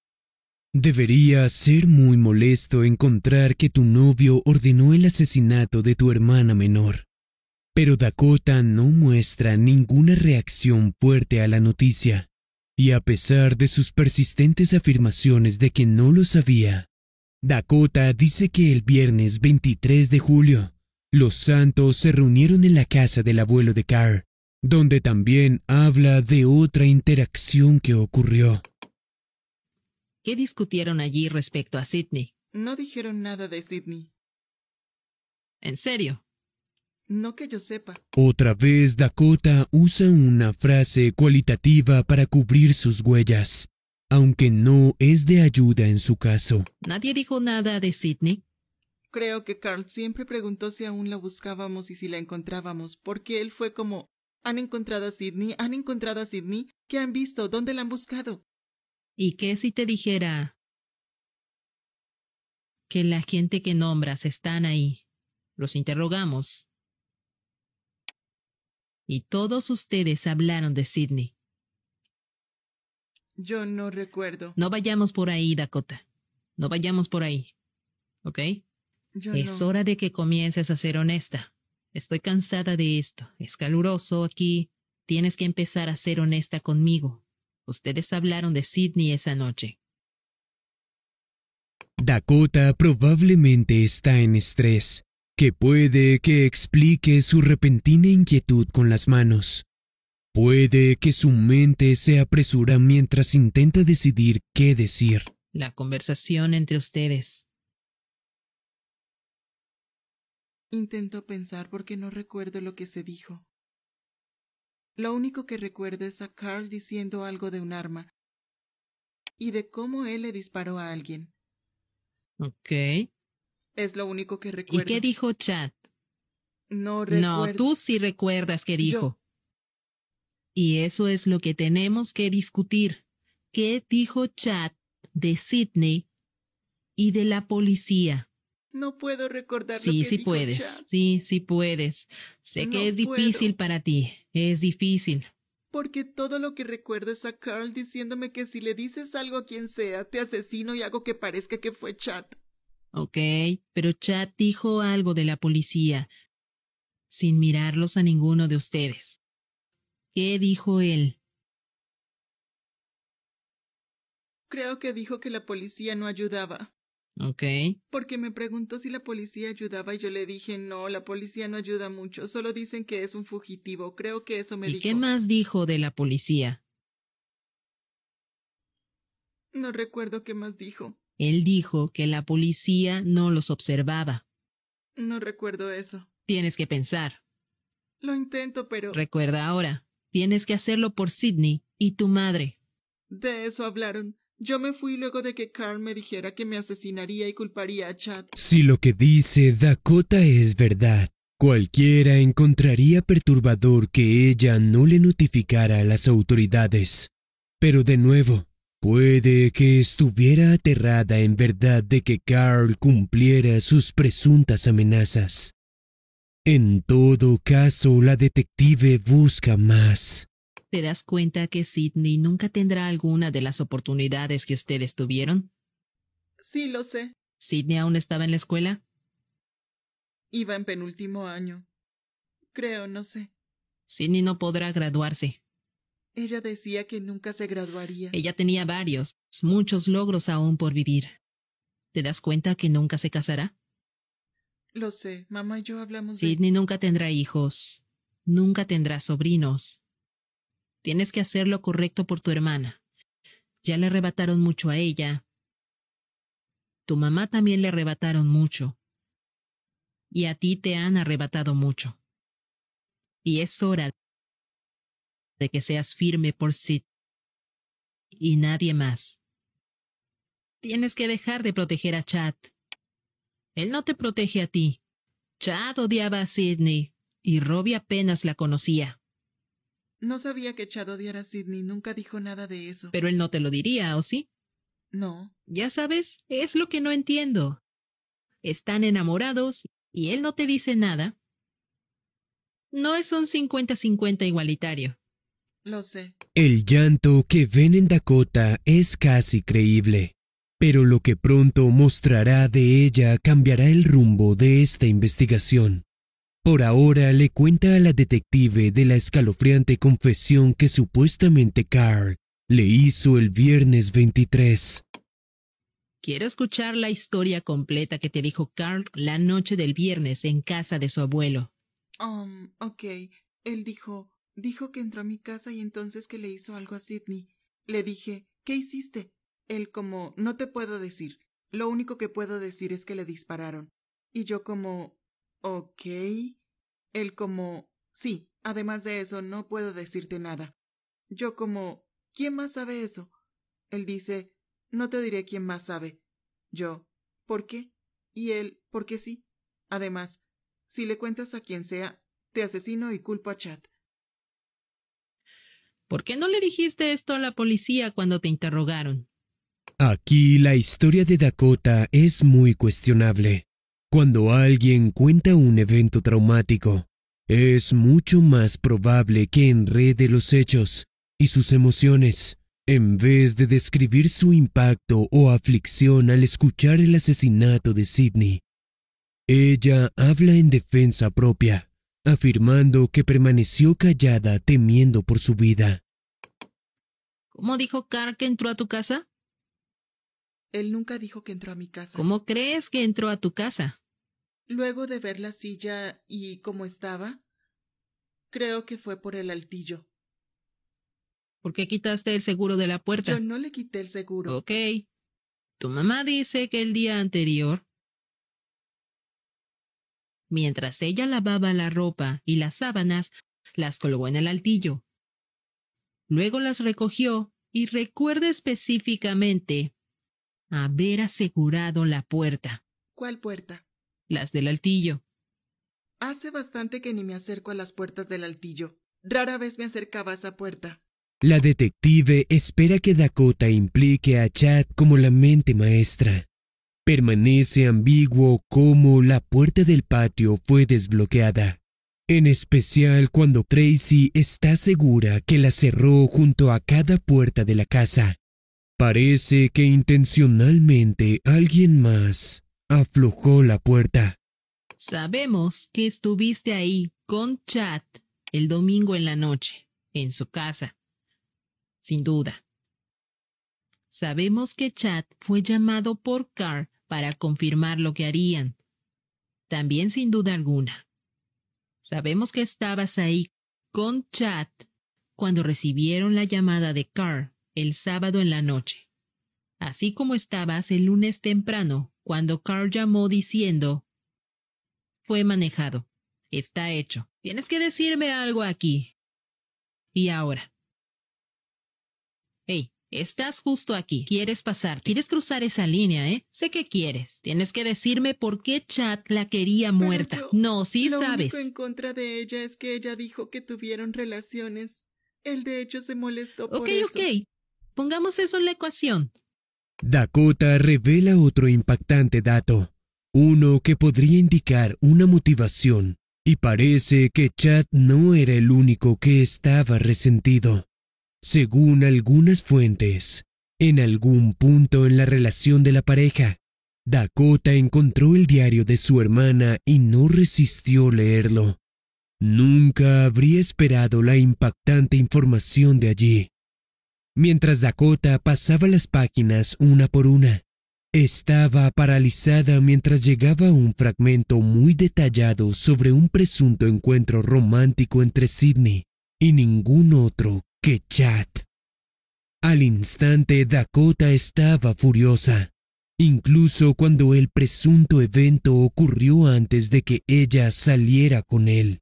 Speaker 4: Debería ser muy molesto encontrar que tu novio ordenó el asesinato de tu hermana menor, pero Dakota no muestra ninguna reacción fuerte a la noticia, y a pesar de sus persistentes afirmaciones de que no lo sabía, Dakota dice que el viernes veintitrés de julio, los santos se reunieron en la casa del abuelo de Carl, donde también habla de otra interacción que ocurrió.
Speaker 6: ¿Qué discutieron allí respecto a Sydney?
Speaker 3: No dijeron nada de Sydney.
Speaker 6: ¿En serio?
Speaker 3: No que yo sepa.
Speaker 4: Otra vez Dakota usa una frase cualitativa para cubrir sus huellas, aunque no es de ayuda en su caso.
Speaker 6: ¿Nadie dijo nada de Sydney?
Speaker 3: Creo que Carl siempre preguntó si aún la buscábamos y si la encontrábamos, porque él fue como, ¿han encontrado a Sydney? ¿Han encontrado a Sydney? ¿Qué han visto? ¿Dónde la han buscado?
Speaker 6: ¿Y qué si te dijera que la gente que nombras están ahí? Los interrogamos. Y todos ustedes hablaron de Sydney.
Speaker 3: Yo no recuerdo.
Speaker 6: No vayamos por ahí, Dakota. No vayamos por ahí. ¿Ok?
Speaker 3: Yo
Speaker 6: Es
Speaker 3: no.
Speaker 6: hora de que comiences a ser honesta. Estoy cansada de esto. Es caluroso aquí. Tienes que empezar a ser honesta conmigo. Ustedes hablaron de Sydney esa noche.
Speaker 4: Dakota probablemente está en estrés, que puede que explique su repentina inquietud con las manos. Puede que su mente se apresura mientras intenta decidir qué decir.
Speaker 6: La conversación entre ustedes.
Speaker 3: Intento pensar porque no recuerdo lo que se dijo. Lo único que recuerdo es a Carl diciendo algo de un arma y de cómo él le disparó a alguien.
Speaker 6: Ok.
Speaker 3: Es lo único que
Speaker 6: ¿Y
Speaker 3: recuerdo.
Speaker 6: qué dijo Chad?
Speaker 3: No recuerdo.
Speaker 6: No, tú sí recuerdas qué dijo.
Speaker 3: Yo-
Speaker 6: Y eso es lo que tenemos que discutir. ¿Qué dijo Chad de Sydney y de la policía?
Speaker 3: No puedo recordar lo
Speaker 6: Sí,
Speaker 3: que
Speaker 6: sí
Speaker 3: dijo
Speaker 6: puedes.
Speaker 3: Chad,
Speaker 6: Sí, sí puedes. Sé que
Speaker 3: No
Speaker 6: es difícil
Speaker 3: puedo.
Speaker 6: para ti. Es difícil.
Speaker 3: porque todo lo que recuerdo es a Carl diciéndome que si le dices algo a quien sea, te asesino y hago que parezca que fue Chad.
Speaker 6: Ok, pero Chad dijo algo de la policía, sin mirarlos a ninguno de ustedes. ¿Qué dijo él?
Speaker 3: Creo que dijo que la policía no ayudaba.
Speaker 6: Ok,
Speaker 3: Porque me preguntó si la policía ayudaba y yo le dije no, la policía no ayuda mucho, solo dicen que es un fugitivo, creo que eso me
Speaker 6: ¿y
Speaker 3: dijo.
Speaker 6: qué más dijo de la policía?
Speaker 3: No recuerdo qué más dijo.
Speaker 6: Él dijo que la policía no los observaba.
Speaker 3: No recuerdo eso.
Speaker 6: Tienes que pensar.
Speaker 3: Lo intento, pero
Speaker 6: Recuerda ahora, tienes que hacerlo por Sydney y tu madre.
Speaker 3: de eso hablaron. Yo me fui luego de que Carl me dijera que me asesinaría y culparía a Chad.
Speaker 4: Si lo que dice Dakota es verdad, cualquiera encontraría perturbador que ella no le notificara a las autoridades. Pero de nuevo, puede que estuviera aterrada en verdad de que Carl cumpliera sus presuntas amenazas. En todo caso, la detective busca más.
Speaker 6: ¿Te das cuenta que Sydney nunca tendrá alguna de las oportunidades que ustedes tuvieron?
Speaker 3: Sí, lo sé.
Speaker 6: ¿Sydney aún estaba en la escuela?
Speaker 3: Iba en penúltimo año. Creo, no sé.
Speaker 6: Sydney no podrá graduarse.
Speaker 3: Ella decía que nunca se graduaría.
Speaker 6: Ella tenía varios, muchos logros aún por vivir. ¿Te das cuenta que nunca se casará?
Speaker 3: Lo sé, mamá y yo hablamos de...
Speaker 6: Sydney nunca tendrá hijos. Nunca tendrá sobrinos. Tienes que hacer lo correcto por tu hermana. Ya le arrebataron mucho a ella. Tu mamá también le arrebataron mucho. Y a ti te han arrebatado mucho. Y es hora de que seas firme por Sid y nadie más. Tienes que dejar de proteger a Chad. Él no te protege a ti. Chad odiaba a Sydney y Robbie apenas la conocía.
Speaker 3: No sabía que Chad odiara a Sydney, nunca dijo nada de eso.
Speaker 6: Pero él no te lo diría, ¿o sí?
Speaker 3: No,
Speaker 6: Ya sabes, es lo que no entiendo. Están enamorados y él no te dice nada. No es un cincuenta cincuenta igualitario.
Speaker 3: lo sé.
Speaker 4: El llanto que ven en Dakota es casi creíble, pero lo que pronto mostrará de ella cambiará el rumbo de esta investigación. Por ahora le cuenta a la detective de la escalofriante confesión que supuestamente Carl le hizo el viernes veintitrés.
Speaker 6: Quiero escuchar la historia completa que te dijo Carl la noche del viernes en casa de su abuelo.
Speaker 3: Um, ok. Él dijo, dijo que entró a mi casa y entonces que le hizo algo a Sidney. Le dije, ¿qué hiciste? Él como, no te puedo decir. Lo único que puedo decir es que le dispararon. Y yo como, ok. Él como, sí, además de eso no puedo decirte nada. Yo como, ¿quién más sabe eso? Él dice, no te diré quién más sabe. Yo, ¿por qué? Y él, porque sí. Además, si le cuentas a quien sea, te asesino y culpo a Chad.
Speaker 6: ¿Por qué no le dijiste esto a la policía cuando te interrogaron?
Speaker 4: Aquí la historia de Dakota es muy cuestionable. Cuando alguien cuenta un evento traumático, es mucho más probable que enrede los hechos y sus emociones, en vez de describir su impacto o aflicción al escuchar el asesinato de Sidney. Ella habla en defensa propia, afirmando que permaneció callada temiendo por su vida.
Speaker 6: ¿Cómo dijo Carl que entró a tu casa?
Speaker 3: Él nunca dijo que entró a mi casa.
Speaker 6: ¿Cómo crees que entró a tu casa?
Speaker 3: Luego de ver la silla y cómo estaba, creo que fue por el altillo.
Speaker 6: ¿Por qué quitaste el seguro de la puerta?
Speaker 3: Yo no le quité el seguro.
Speaker 6: Ok. Tu mamá dice que el día anterior, mientras ella lavaba la ropa y las sábanas, las colgó en el altillo. Luego las recogió y recuerda específicamente haber asegurado la puerta.
Speaker 3: ¿Cuál puerta?
Speaker 6: Las del altillo.
Speaker 3: Hace bastante que ni me acerco a las puertas del altillo. Rara vez me acercaba a esa puerta.
Speaker 4: La detective espera que Dakota implique a Chad como la mente maestra. Permanece ambiguo cómo la puerta del patio fue desbloqueada, en especial cuando Tracy está segura que la cerró junto a cada puerta de la casa. Parece que intencionalmente alguien más aflojó la puerta.
Speaker 6: Sabemos que estuviste ahí con Chad el domingo en la noche, en su casa. Sin duda. Sabemos que Chad fue llamado por Carl para confirmar lo que harían. También sin duda alguna. Sabemos que estabas ahí con Chad cuando recibieron la llamada de Carl el sábado en la noche. Así como estabas el lunes temprano cuando Carl llamó diciendo: fue manejado. Está hecho. Tienes que decirme algo aquí. Y ahora. Hey, estás justo aquí. ¿Quieres pasar? ¿Quieres cruzar esa línea, eh? Sé que quieres. Tienes que decirme por qué Chad la quería muerta.
Speaker 3: Yo,
Speaker 6: no, sí
Speaker 3: lo
Speaker 6: sabes.
Speaker 3: Lo único en contra de ella es que ella dijo que tuvieron relaciones. Él de hecho se molestó por
Speaker 6: okay,
Speaker 3: eso.
Speaker 6: Ok, ok. Pongamos eso en la ecuación.
Speaker 4: Dakota revela otro impactante dato, uno que podría indicar una motivación, y parece que Chad no era el único que estaba resentido. Según algunas fuentes, en algún punto en la relación de la pareja, Dakota encontró el diario de su hermana y no resistió leerlo. Nunca habría esperado la impactante información de allí. Mientras Dakota pasaba las páginas una por una, estaba paralizada mientras llegaba un fragmento muy detallado sobre un presunto encuentro romántico entre Sidney y ningún otro que Chad. Al instante Dakota estaba furiosa, incluso cuando el presunto evento ocurrió antes de que ella saliera con él.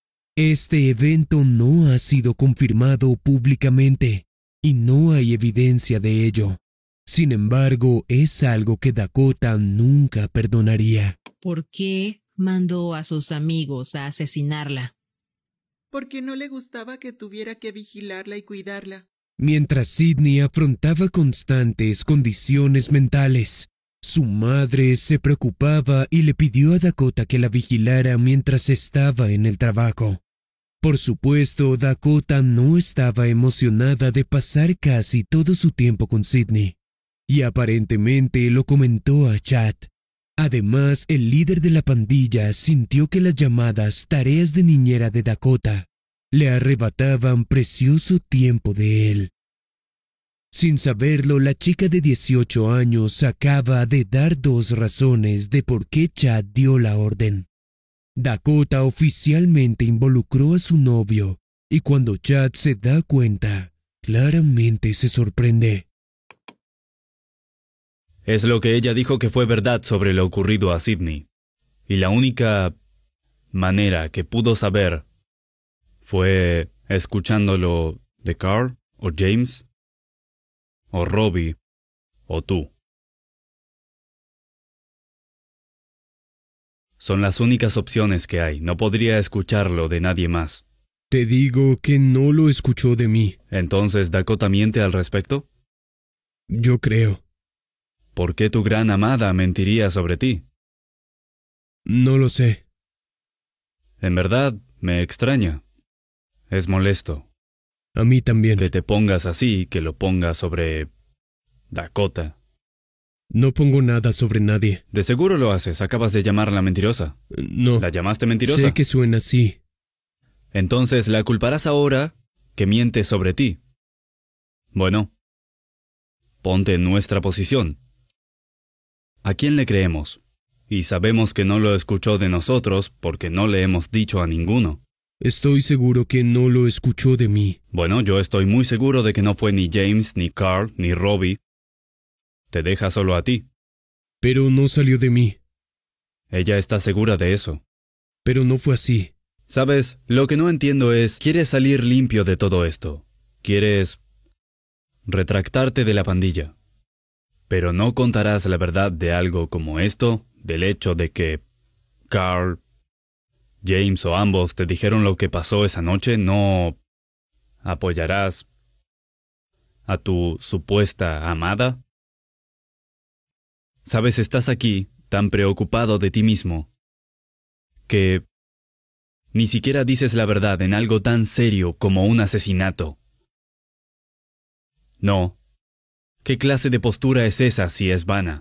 Speaker 4: Este evento no ha sido confirmado públicamente y no hay evidencia de ello. Sin embargo, es algo que Dakota nunca perdonaría.
Speaker 6: ¿Por qué mandó a sus amigos a asesinarla?
Speaker 3: Porque no le gustaba que tuviera que vigilarla y cuidarla.
Speaker 4: Mientras Sidney afrontaba constantes condiciones mentales, su madre se preocupaba y le pidió a Dakota que la vigilara mientras estaba en el trabajo. Por supuesto, Dakota no estaba emocionada de pasar casi todo su tiempo con Sidney, y aparentemente lo comentó a Chad. Además, el líder de la pandilla sintió que las llamadas tareas de niñera de Dakota le arrebataban precioso tiempo de él. Sin saberlo, la chica de dieciocho años acaba de dar dos razones de por qué Chad dio la orden. Dakota oficialmente involucró a su novio, y cuando Chad se da cuenta, claramente se sorprende.
Speaker 1: Es lo que ella dijo que fue verdad sobre lo ocurrido a Sydney. Y la única manera que pudo saber fue escuchándolo de Carl o James o Robbie o tú. Son las únicas opciones que hay. No podría escucharlo de nadie más.
Speaker 4: Te digo que no lo escuchó de mí.
Speaker 1: Entonces, ¿Dakota miente al respecto?
Speaker 4: Yo creo.
Speaker 1: ¿Por qué tu gran amada mentiría sobre ti?
Speaker 4: No lo sé.
Speaker 1: En verdad, me extraña. Es molesto.
Speaker 4: A mí también.
Speaker 1: Que te pongas así, que lo pongas sobre Dakota.
Speaker 4: No pongo nada sobre nadie.
Speaker 1: De seguro lo haces. Acabas de llamarla mentirosa.
Speaker 4: No.
Speaker 1: ¿La llamaste mentirosa?
Speaker 4: Sé que suena así.
Speaker 1: Entonces la culparás ahora que miente sobre ti. Bueno, ponte en nuestra posición. ¿A quién le creemos? Y sabemos que no lo escuchó de nosotros porque no le hemos dicho a ninguno.
Speaker 4: Estoy seguro que no lo escuchó de mí.
Speaker 1: Bueno, yo estoy muy seguro de que no fue ni James, ni Carl, ni Robbie. Te deja solo a ti.
Speaker 4: Pero no salió de mí.
Speaker 1: Ella está segura de eso.
Speaker 4: Pero no fue así.
Speaker 1: Sabes, lo que no entiendo es, ¿quieres salir limpio de todo esto? ¿Quieres retractarte de la pandilla? Pero no contarás la verdad de algo como esto, del hecho de que Carl, James o ambos te dijeron lo que pasó esa noche. No apoyarás a tu supuesta amada. Sabes, estás aquí tan preocupado de ti mismo que ni siquiera dices la verdad en algo tan serio como un asesinato. No. ¿Qué clase de postura es esa si es vana?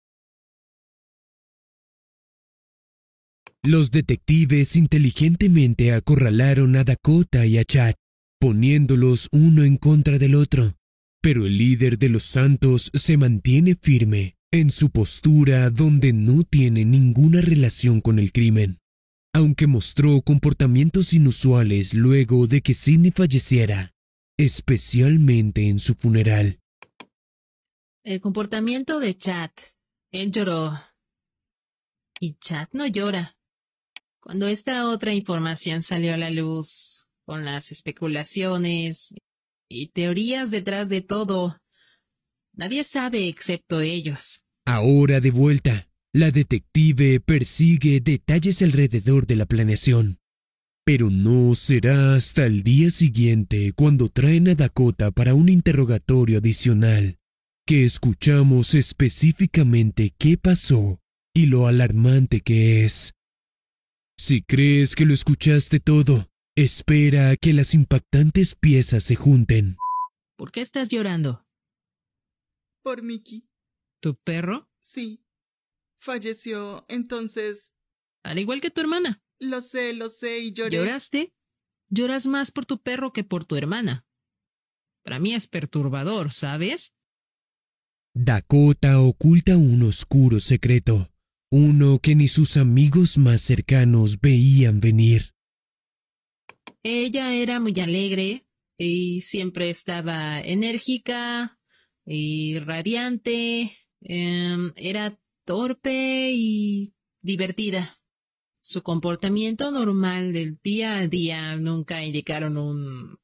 Speaker 4: Los detectives inteligentemente acorralaron a Dakota y a Chad, poniéndolos uno en contra del otro. Pero el líder de los Santos se mantiene firme en su postura donde no tiene ninguna relación con el crimen. Aunque mostró comportamientos inusuales luego de que Sydney falleciera, especialmente en su funeral.
Speaker 6: El comportamiento de Chad. Él lloró. Y Chad no llora. Cuando esta otra información salió a la luz, con las especulaciones y teorías detrás de todo, nadie sabe excepto ellos.
Speaker 4: Ahora de vuelta, la detective persigue detalles alrededor de la planeación. Pero no será hasta el día siguiente, cuando traen a Dakota para un interrogatorio adicional, que escuchamos específicamente qué pasó y lo alarmante que es. Si crees que lo escuchaste todo, espera a que las impactantes piezas se junten.
Speaker 6: ¿Por qué estás llorando?
Speaker 3: Por Mickey.
Speaker 6: ¿Tu perro?
Speaker 3: Sí. Falleció, entonces...
Speaker 6: Al igual que tu hermana.
Speaker 3: Lo sé, lo sé, y lloré.
Speaker 6: ¿Lloraste? Lloras más por tu perro que por tu hermana. Para mí es perturbador, ¿sabes?
Speaker 4: Dakota oculta un oscuro secreto, uno que ni sus amigos más cercanos veían venir.
Speaker 6: Ella era muy alegre y siempre estaba enérgica y radiante. Eh, era torpe y divertida. Su comportamiento normal del día a día nunca indicaron un...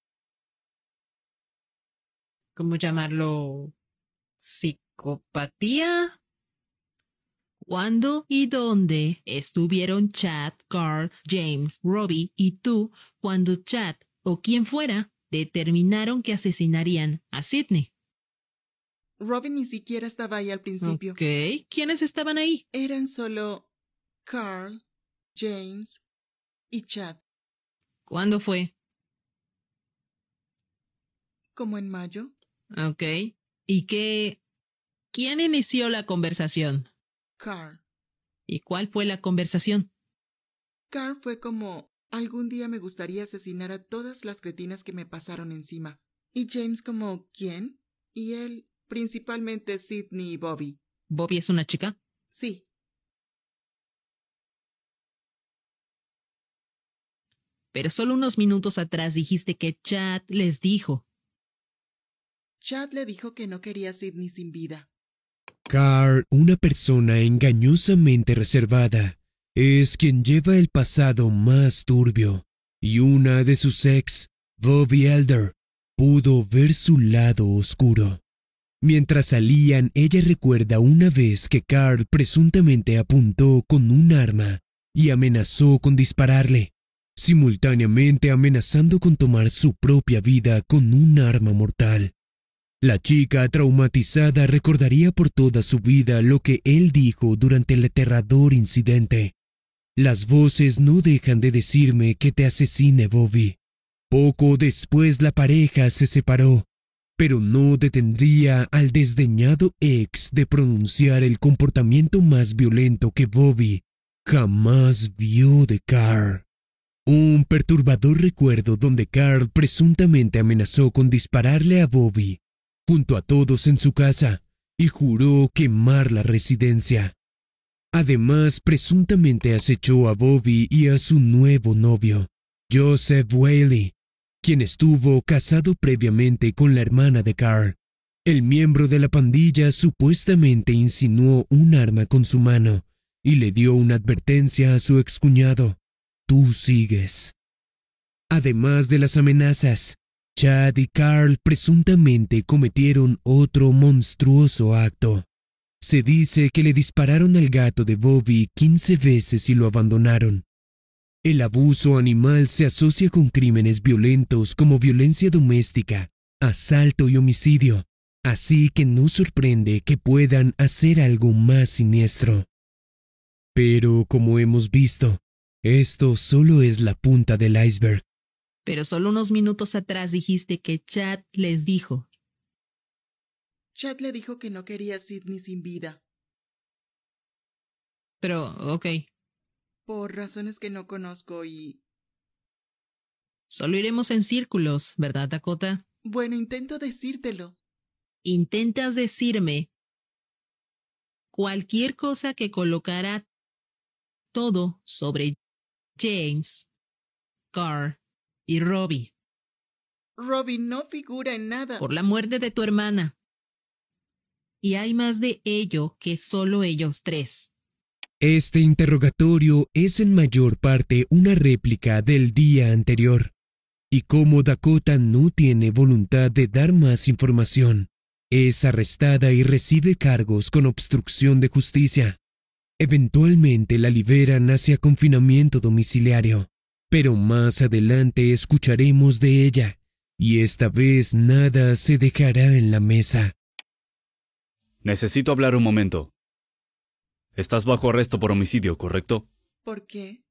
Speaker 6: ¿Cómo llamarlo? ¿Psicopatía? ¿Cuándo y dónde estuvieron Chad, Carl, James, Robbie y tú cuando Chad o quien fuera determinaron que asesinarían a Sydney?
Speaker 3: Robin ni siquiera estaba ahí al principio.
Speaker 6: Ok, ¿quiénes estaban ahí?
Speaker 3: Eran solo Carl, James y Chad.
Speaker 6: ¿Cuándo fue?
Speaker 3: ¿Como en mayo?
Speaker 6: Ok, ¿y qué? ¿Quién inició la conversación?
Speaker 3: Carl.
Speaker 6: ¿Y cuál fue la conversación?
Speaker 3: Carl fue como, algún día me gustaría asesinar a todas las cretinas que me pasaron encima. Y James como, ¿quién? Y él, principalmente Sidney y Bobby.
Speaker 2: ¿Bobby es una chica?
Speaker 3: Sí.
Speaker 2: Pero solo unos minutos atrás dijiste que Chad les dijo.
Speaker 3: Chad le dijo que no quería a Sidney sin vida.
Speaker 4: Carl, una persona engañosamente reservada, es quien lleva el pasado más turbio, y una de sus ex, Bobby Elder, pudo ver su lado oscuro. Mientras salían, ella recuerda una vez que Carl presuntamente apuntó con un arma y amenazó con dispararle, simultáneamente amenazando con tomar su propia vida con un arma mortal. La chica traumatizada recordaría por toda su vida lo que él dijo durante el aterrador incidente. Las voces no dejan de decirme que te asesine, Bobby. Poco después la pareja se separó, pero no detendría al desdeñado ex de pronunciar el comportamiento más violento que Bobby jamás vio de Carl. Un perturbador recuerdo donde Carl presuntamente amenazó con dispararle a Bobby junto a todos en su casa y juró quemar la residencia. Además, presuntamente acechó a Bobby y a su nuevo novio, Joseph Whaley, quien estuvo casado previamente con la hermana de Carl. El miembro de la pandilla supuestamente insinuó un arma con su mano y le dio una advertencia a su excuñado: tú sigues. Además de las amenazas, Chad y Carl presuntamente cometieron otro monstruoso acto. Se dice que le dispararon al gato de Bobby quince veces y lo abandonaron. El abuso animal se asocia con crímenes violentos como violencia doméstica, asalto y homicidio, así que no sorprende que puedan hacer algo más siniestro. Pero como hemos visto, esto solo es la punta del iceberg.
Speaker 2: Pero solo unos minutos atrás dijiste que Chad les dijo.
Speaker 3: Chad le dijo que no quería a Sidney sin vida.
Speaker 2: Pero, ok.
Speaker 3: Por razones que no conozco y...
Speaker 2: Solo iremos en círculos, ¿verdad, Dakota?
Speaker 3: Bueno, intento decírtelo.
Speaker 2: Intentas decirme cualquier cosa que colocara todo sobre James, Carl y Robbie.
Speaker 3: Robbie no figura en nada.
Speaker 2: Por la muerte de tu hermana. Y hay más de ello que solo ellos tres.
Speaker 4: Este interrogatorio es en mayor parte una réplica del día anterior. Y como Dakota no tiene voluntad de dar más información, es arrestada y recibe cargos con obstrucción de justicia. Eventualmente la liberan hacia confinamiento domiciliario, pero más adelante escucharemos de ella, y esta vez nada se dejará en la mesa.
Speaker 1: Necesito hablar un momento. Estás bajo arresto por homicidio, ¿correcto?
Speaker 3: ¿Por qué?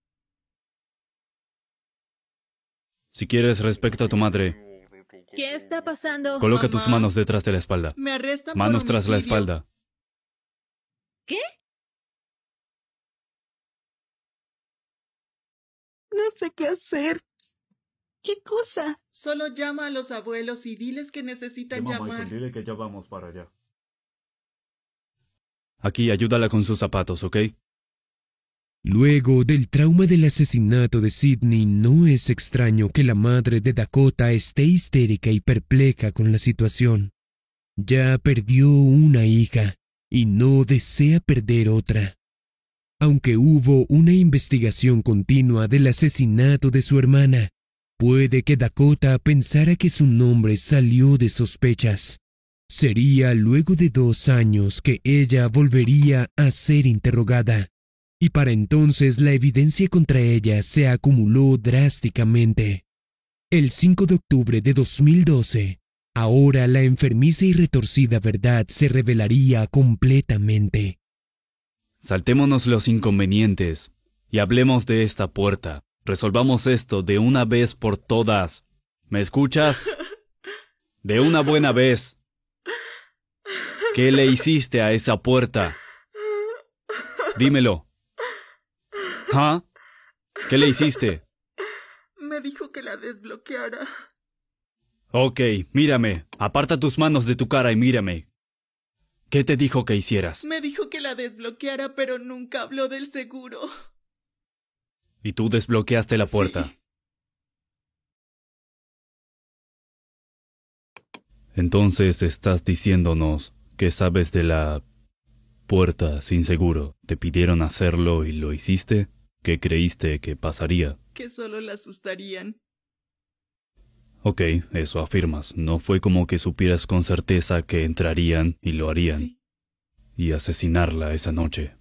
Speaker 1: Si quieres, respecto a tu madre,
Speaker 6: ¿Qué está pasando?
Speaker 1: coloca
Speaker 3: Mamá.
Speaker 1: tus manos detrás de la espalda.
Speaker 3: Me arrestan
Speaker 1: Manos
Speaker 3: por
Speaker 1: tras la
Speaker 3: homicidio.
Speaker 1: espalda.
Speaker 6: ¿Qué? No sé qué hacer. ¿Qué cosa?
Speaker 3: Solo llama a los abuelos y diles que necesitan llamar.
Speaker 1: dile que ya vamos para allá. Aquí, ayúdala con sus zapatos, ¿ok?
Speaker 4: Luego del trauma del asesinato de Sidney, no es extraño que la madre de Dakota esté histérica y perpleja con la situación. Ya perdió una hija y no desea perder otra. Aunque hubo una investigación continua del asesinato de su hermana, puede que Dakota pensara que su nombre salió de sospechas. Sería luego de dos años que ella volvería a ser interrogada, y para entonces la evidencia contra ella se acumuló drásticamente. El cinco de octubre de dos mil doce, ahora la enfermiza y retorcida verdad se revelaría completamente.
Speaker 1: Saltémonos los inconvenientes y hablemos de esta puerta. Resolvamos esto de una vez por todas. ¿Me escuchas? De una buena vez. ¿Qué le hiciste a esa puerta? Dímelo. ¿Ah? ¿Qué le hiciste?
Speaker 3: Me dijo que la desbloqueara.
Speaker 1: Ok, mírame. Aparta tus manos de tu cara y mírame. ¿Qué te dijo que hicieras?
Speaker 3: Me dijo que la desbloqueara, pero nunca habló del seguro.
Speaker 1: Y tú desbloqueaste la puerta.
Speaker 3: Sí.
Speaker 1: Entonces estás diciéndonos que sabes de la puerta sin seguro. ¿Te pidieron hacerlo y lo hiciste? ¿Qué creíste que pasaría?
Speaker 3: Que solo la asustarían.
Speaker 1: Ok, eso afirmas. No fue como que supieras con certeza que entrarían y lo harían.
Speaker 3: Sí.
Speaker 1: Y asesinarla esa noche.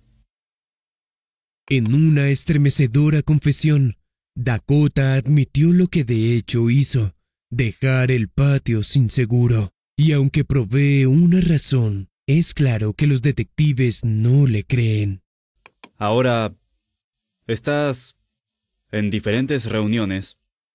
Speaker 4: En una estremecedora confesión, Dakota admitió lo que de hecho hizo, dejar el patio sin seguro. Y aunque provee una razón, es claro que los detectives no le creen.
Speaker 1: Ahora, estás en diferentes reuniones.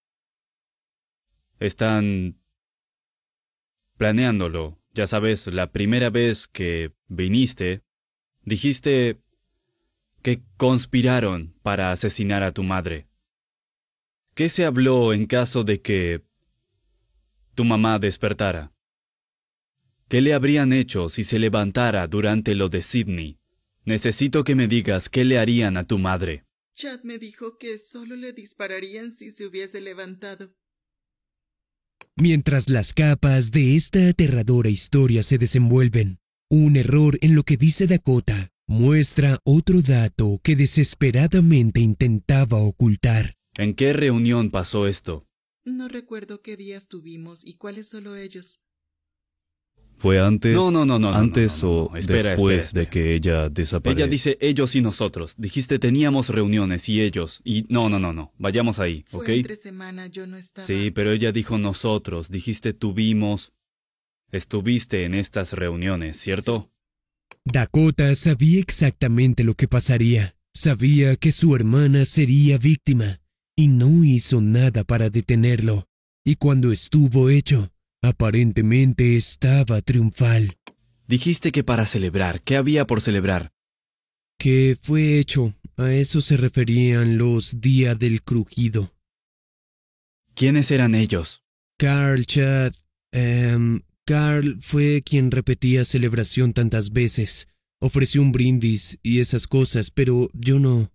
Speaker 1: Están planeándolo. Ya sabes, la primera vez que viniste, dijiste que conspiraron para asesinar a tu madre. ¿Qué se habló en caso de que tu mamá despertara? ¿Qué le habrían hecho si se levantara durante lo de Sydney? Necesito que me digas qué le harían a tu madre.
Speaker 3: Chad me dijo que solo le dispararían si se hubiese levantado.
Speaker 4: Mientras las capas de esta aterradora historia se desenvuelven, un error en lo que dice Dakota muestra otro dato que desesperadamente intentaba ocultar.
Speaker 1: ¿En qué reunión pasó esto?
Speaker 3: No recuerdo qué días tuvimos y cuáles solo ellos.
Speaker 1: ¿Fue antes?
Speaker 2: No, no, no, no, no,
Speaker 1: ¿Antes
Speaker 2: no, no, no,
Speaker 1: o
Speaker 2: no. Espera,
Speaker 1: después
Speaker 2: espera,
Speaker 1: de que ella desapareció?
Speaker 2: Ella dice ellos y nosotros. Dijiste teníamos reuniones y ellos. Y no, no, no, no. Vayamos ahí,
Speaker 3: Fue
Speaker 2: ¿ok?
Speaker 3: entre semana, yo no estaba.
Speaker 2: Sí, pero ella dijo nosotros. Dijiste tuvimos. Estuviste en estas reuniones, ¿cierto?
Speaker 4: Dakota sabía exactamente lo que pasaría. Sabía que su hermana sería víctima y no hizo nada para detenerlo. Y cuando estuvo hecho, aparentemente estaba triunfal.
Speaker 2: Dijiste que para celebrar. ¿Qué había por celebrar?
Speaker 4: Que fue hecho. A eso se referían los días del crujido.
Speaker 2: ¿Quiénes eran ellos?
Speaker 4: Carl, Chad... em, Carl fue quien repetía celebración tantas veces. Ofreció un brindis y esas cosas, pero yo no.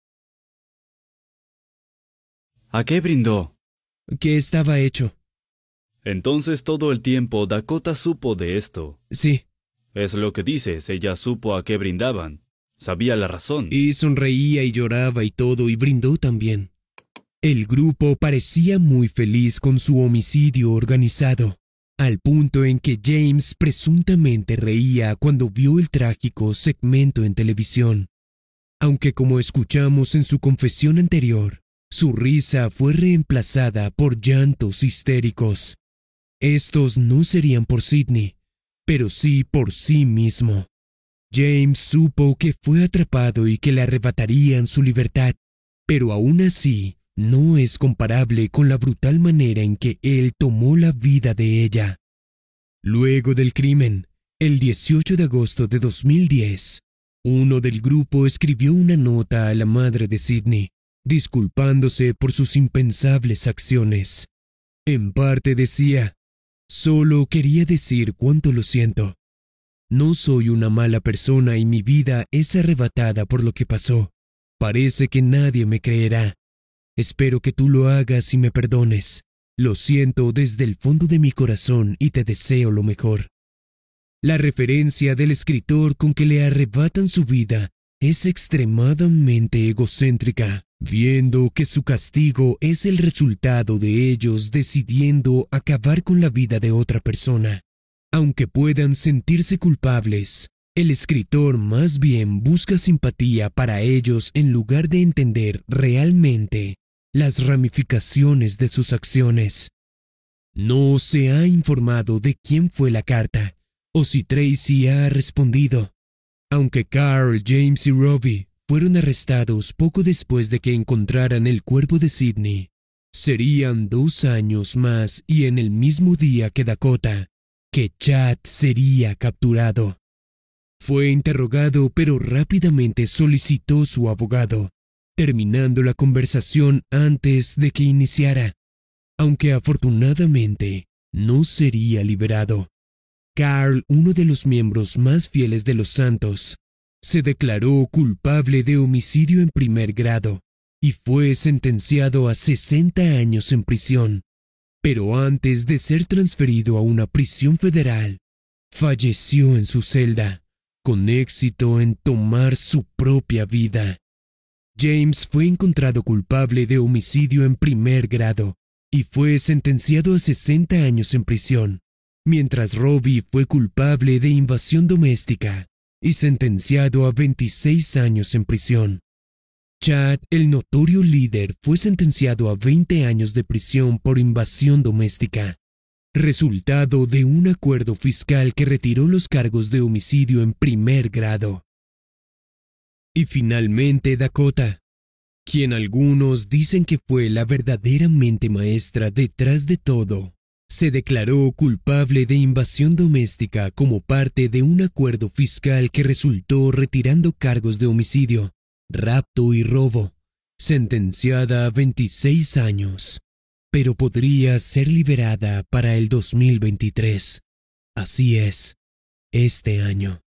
Speaker 2: ¿A qué brindó?
Speaker 4: Que estaba hecho.
Speaker 1: Entonces todo el tiempo Dakota supo de esto.
Speaker 4: Sí.
Speaker 1: Es lo que dices, ella supo a qué brindaban. Sabía la razón.
Speaker 4: Y sonreía y lloraba y todo, y brindó también. El grupo parecía muy feliz con su homicidio organizado, al punto en que James presuntamente reía cuando vio el trágico segmento en televisión. Aunque como escuchamos en su confesión anterior, su risa fue reemplazada por llantos histéricos. Estos no serían por Sydney, pero sí por sí mismo. James supo que fue atrapado y que le arrebatarían su libertad, pero aún así no es comparable con la brutal manera en que él tomó la vida de ella. Luego del crimen, el dieciocho de agosto de dos mil diez, uno del grupo escribió una nota a la madre de Sydney, disculpándose por sus impensables acciones. En parte decía: solo quería decir cuánto lo siento. No soy una mala persona y mi vida es arrebatada por lo que pasó. Parece que nadie me creerá. Espero que tú lo hagas y me perdones. Lo siento desde el fondo de mi corazón y te deseo lo mejor. La referencia del escritor con que le arrebatan su vida es extremadamente egocéntrica, viendo que su castigo es el resultado de ellos decidiendo acabar con la vida de otra persona. Aunque puedan sentirse culpables, el escritor más bien busca simpatía para ellos en lugar de entender realmente las ramificaciones de sus acciones. No se ha informado de quién fue la carta o si Tracy ha respondido. Aunque Carl, James y Robbie fueron arrestados poco después de que encontraran el cuerpo de Sydney, serían dos años más y en el mismo día que Dakota, que Chad sería capturado. Fue interrogado, pero rápidamente solicitó su abogado, terminando la conversación antes de que iniciara. Aunque afortunadamente, no sería liberado. Carl, uno de los miembros más fieles de los Santos, se declaró culpable de homicidio en primer grado y fue sentenciado a sesenta años en prisión. Pero antes de ser transferido a una prisión federal, falleció en su celda, con éxito en tomar su propia vida. James fue encontrado culpable de homicidio en primer grado y fue sentenciado a sesenta años en prisión, mientras Robbie fue culpable de invasión doméstica y sentenciado a veintiséis años en prisión. Chad, el notorio líder, fue sentenciado a veinte años de prisión por invasión doméstica, resultado de un acuerdo fiscal que retiró los cargos de homicidio en primer grado. Y finalmente Dakota, quien algunos dicen que fue la verdadera mente maestra detrás de todo, se declaró culpable de invasión doméstica como parte de un acuerdo fiscal que resultó retirando cargos de homicidio, rapto y robo, sentenciada a veintiséis años, pero podría ser liberada para el dos mil veintitrés. Así es, este año.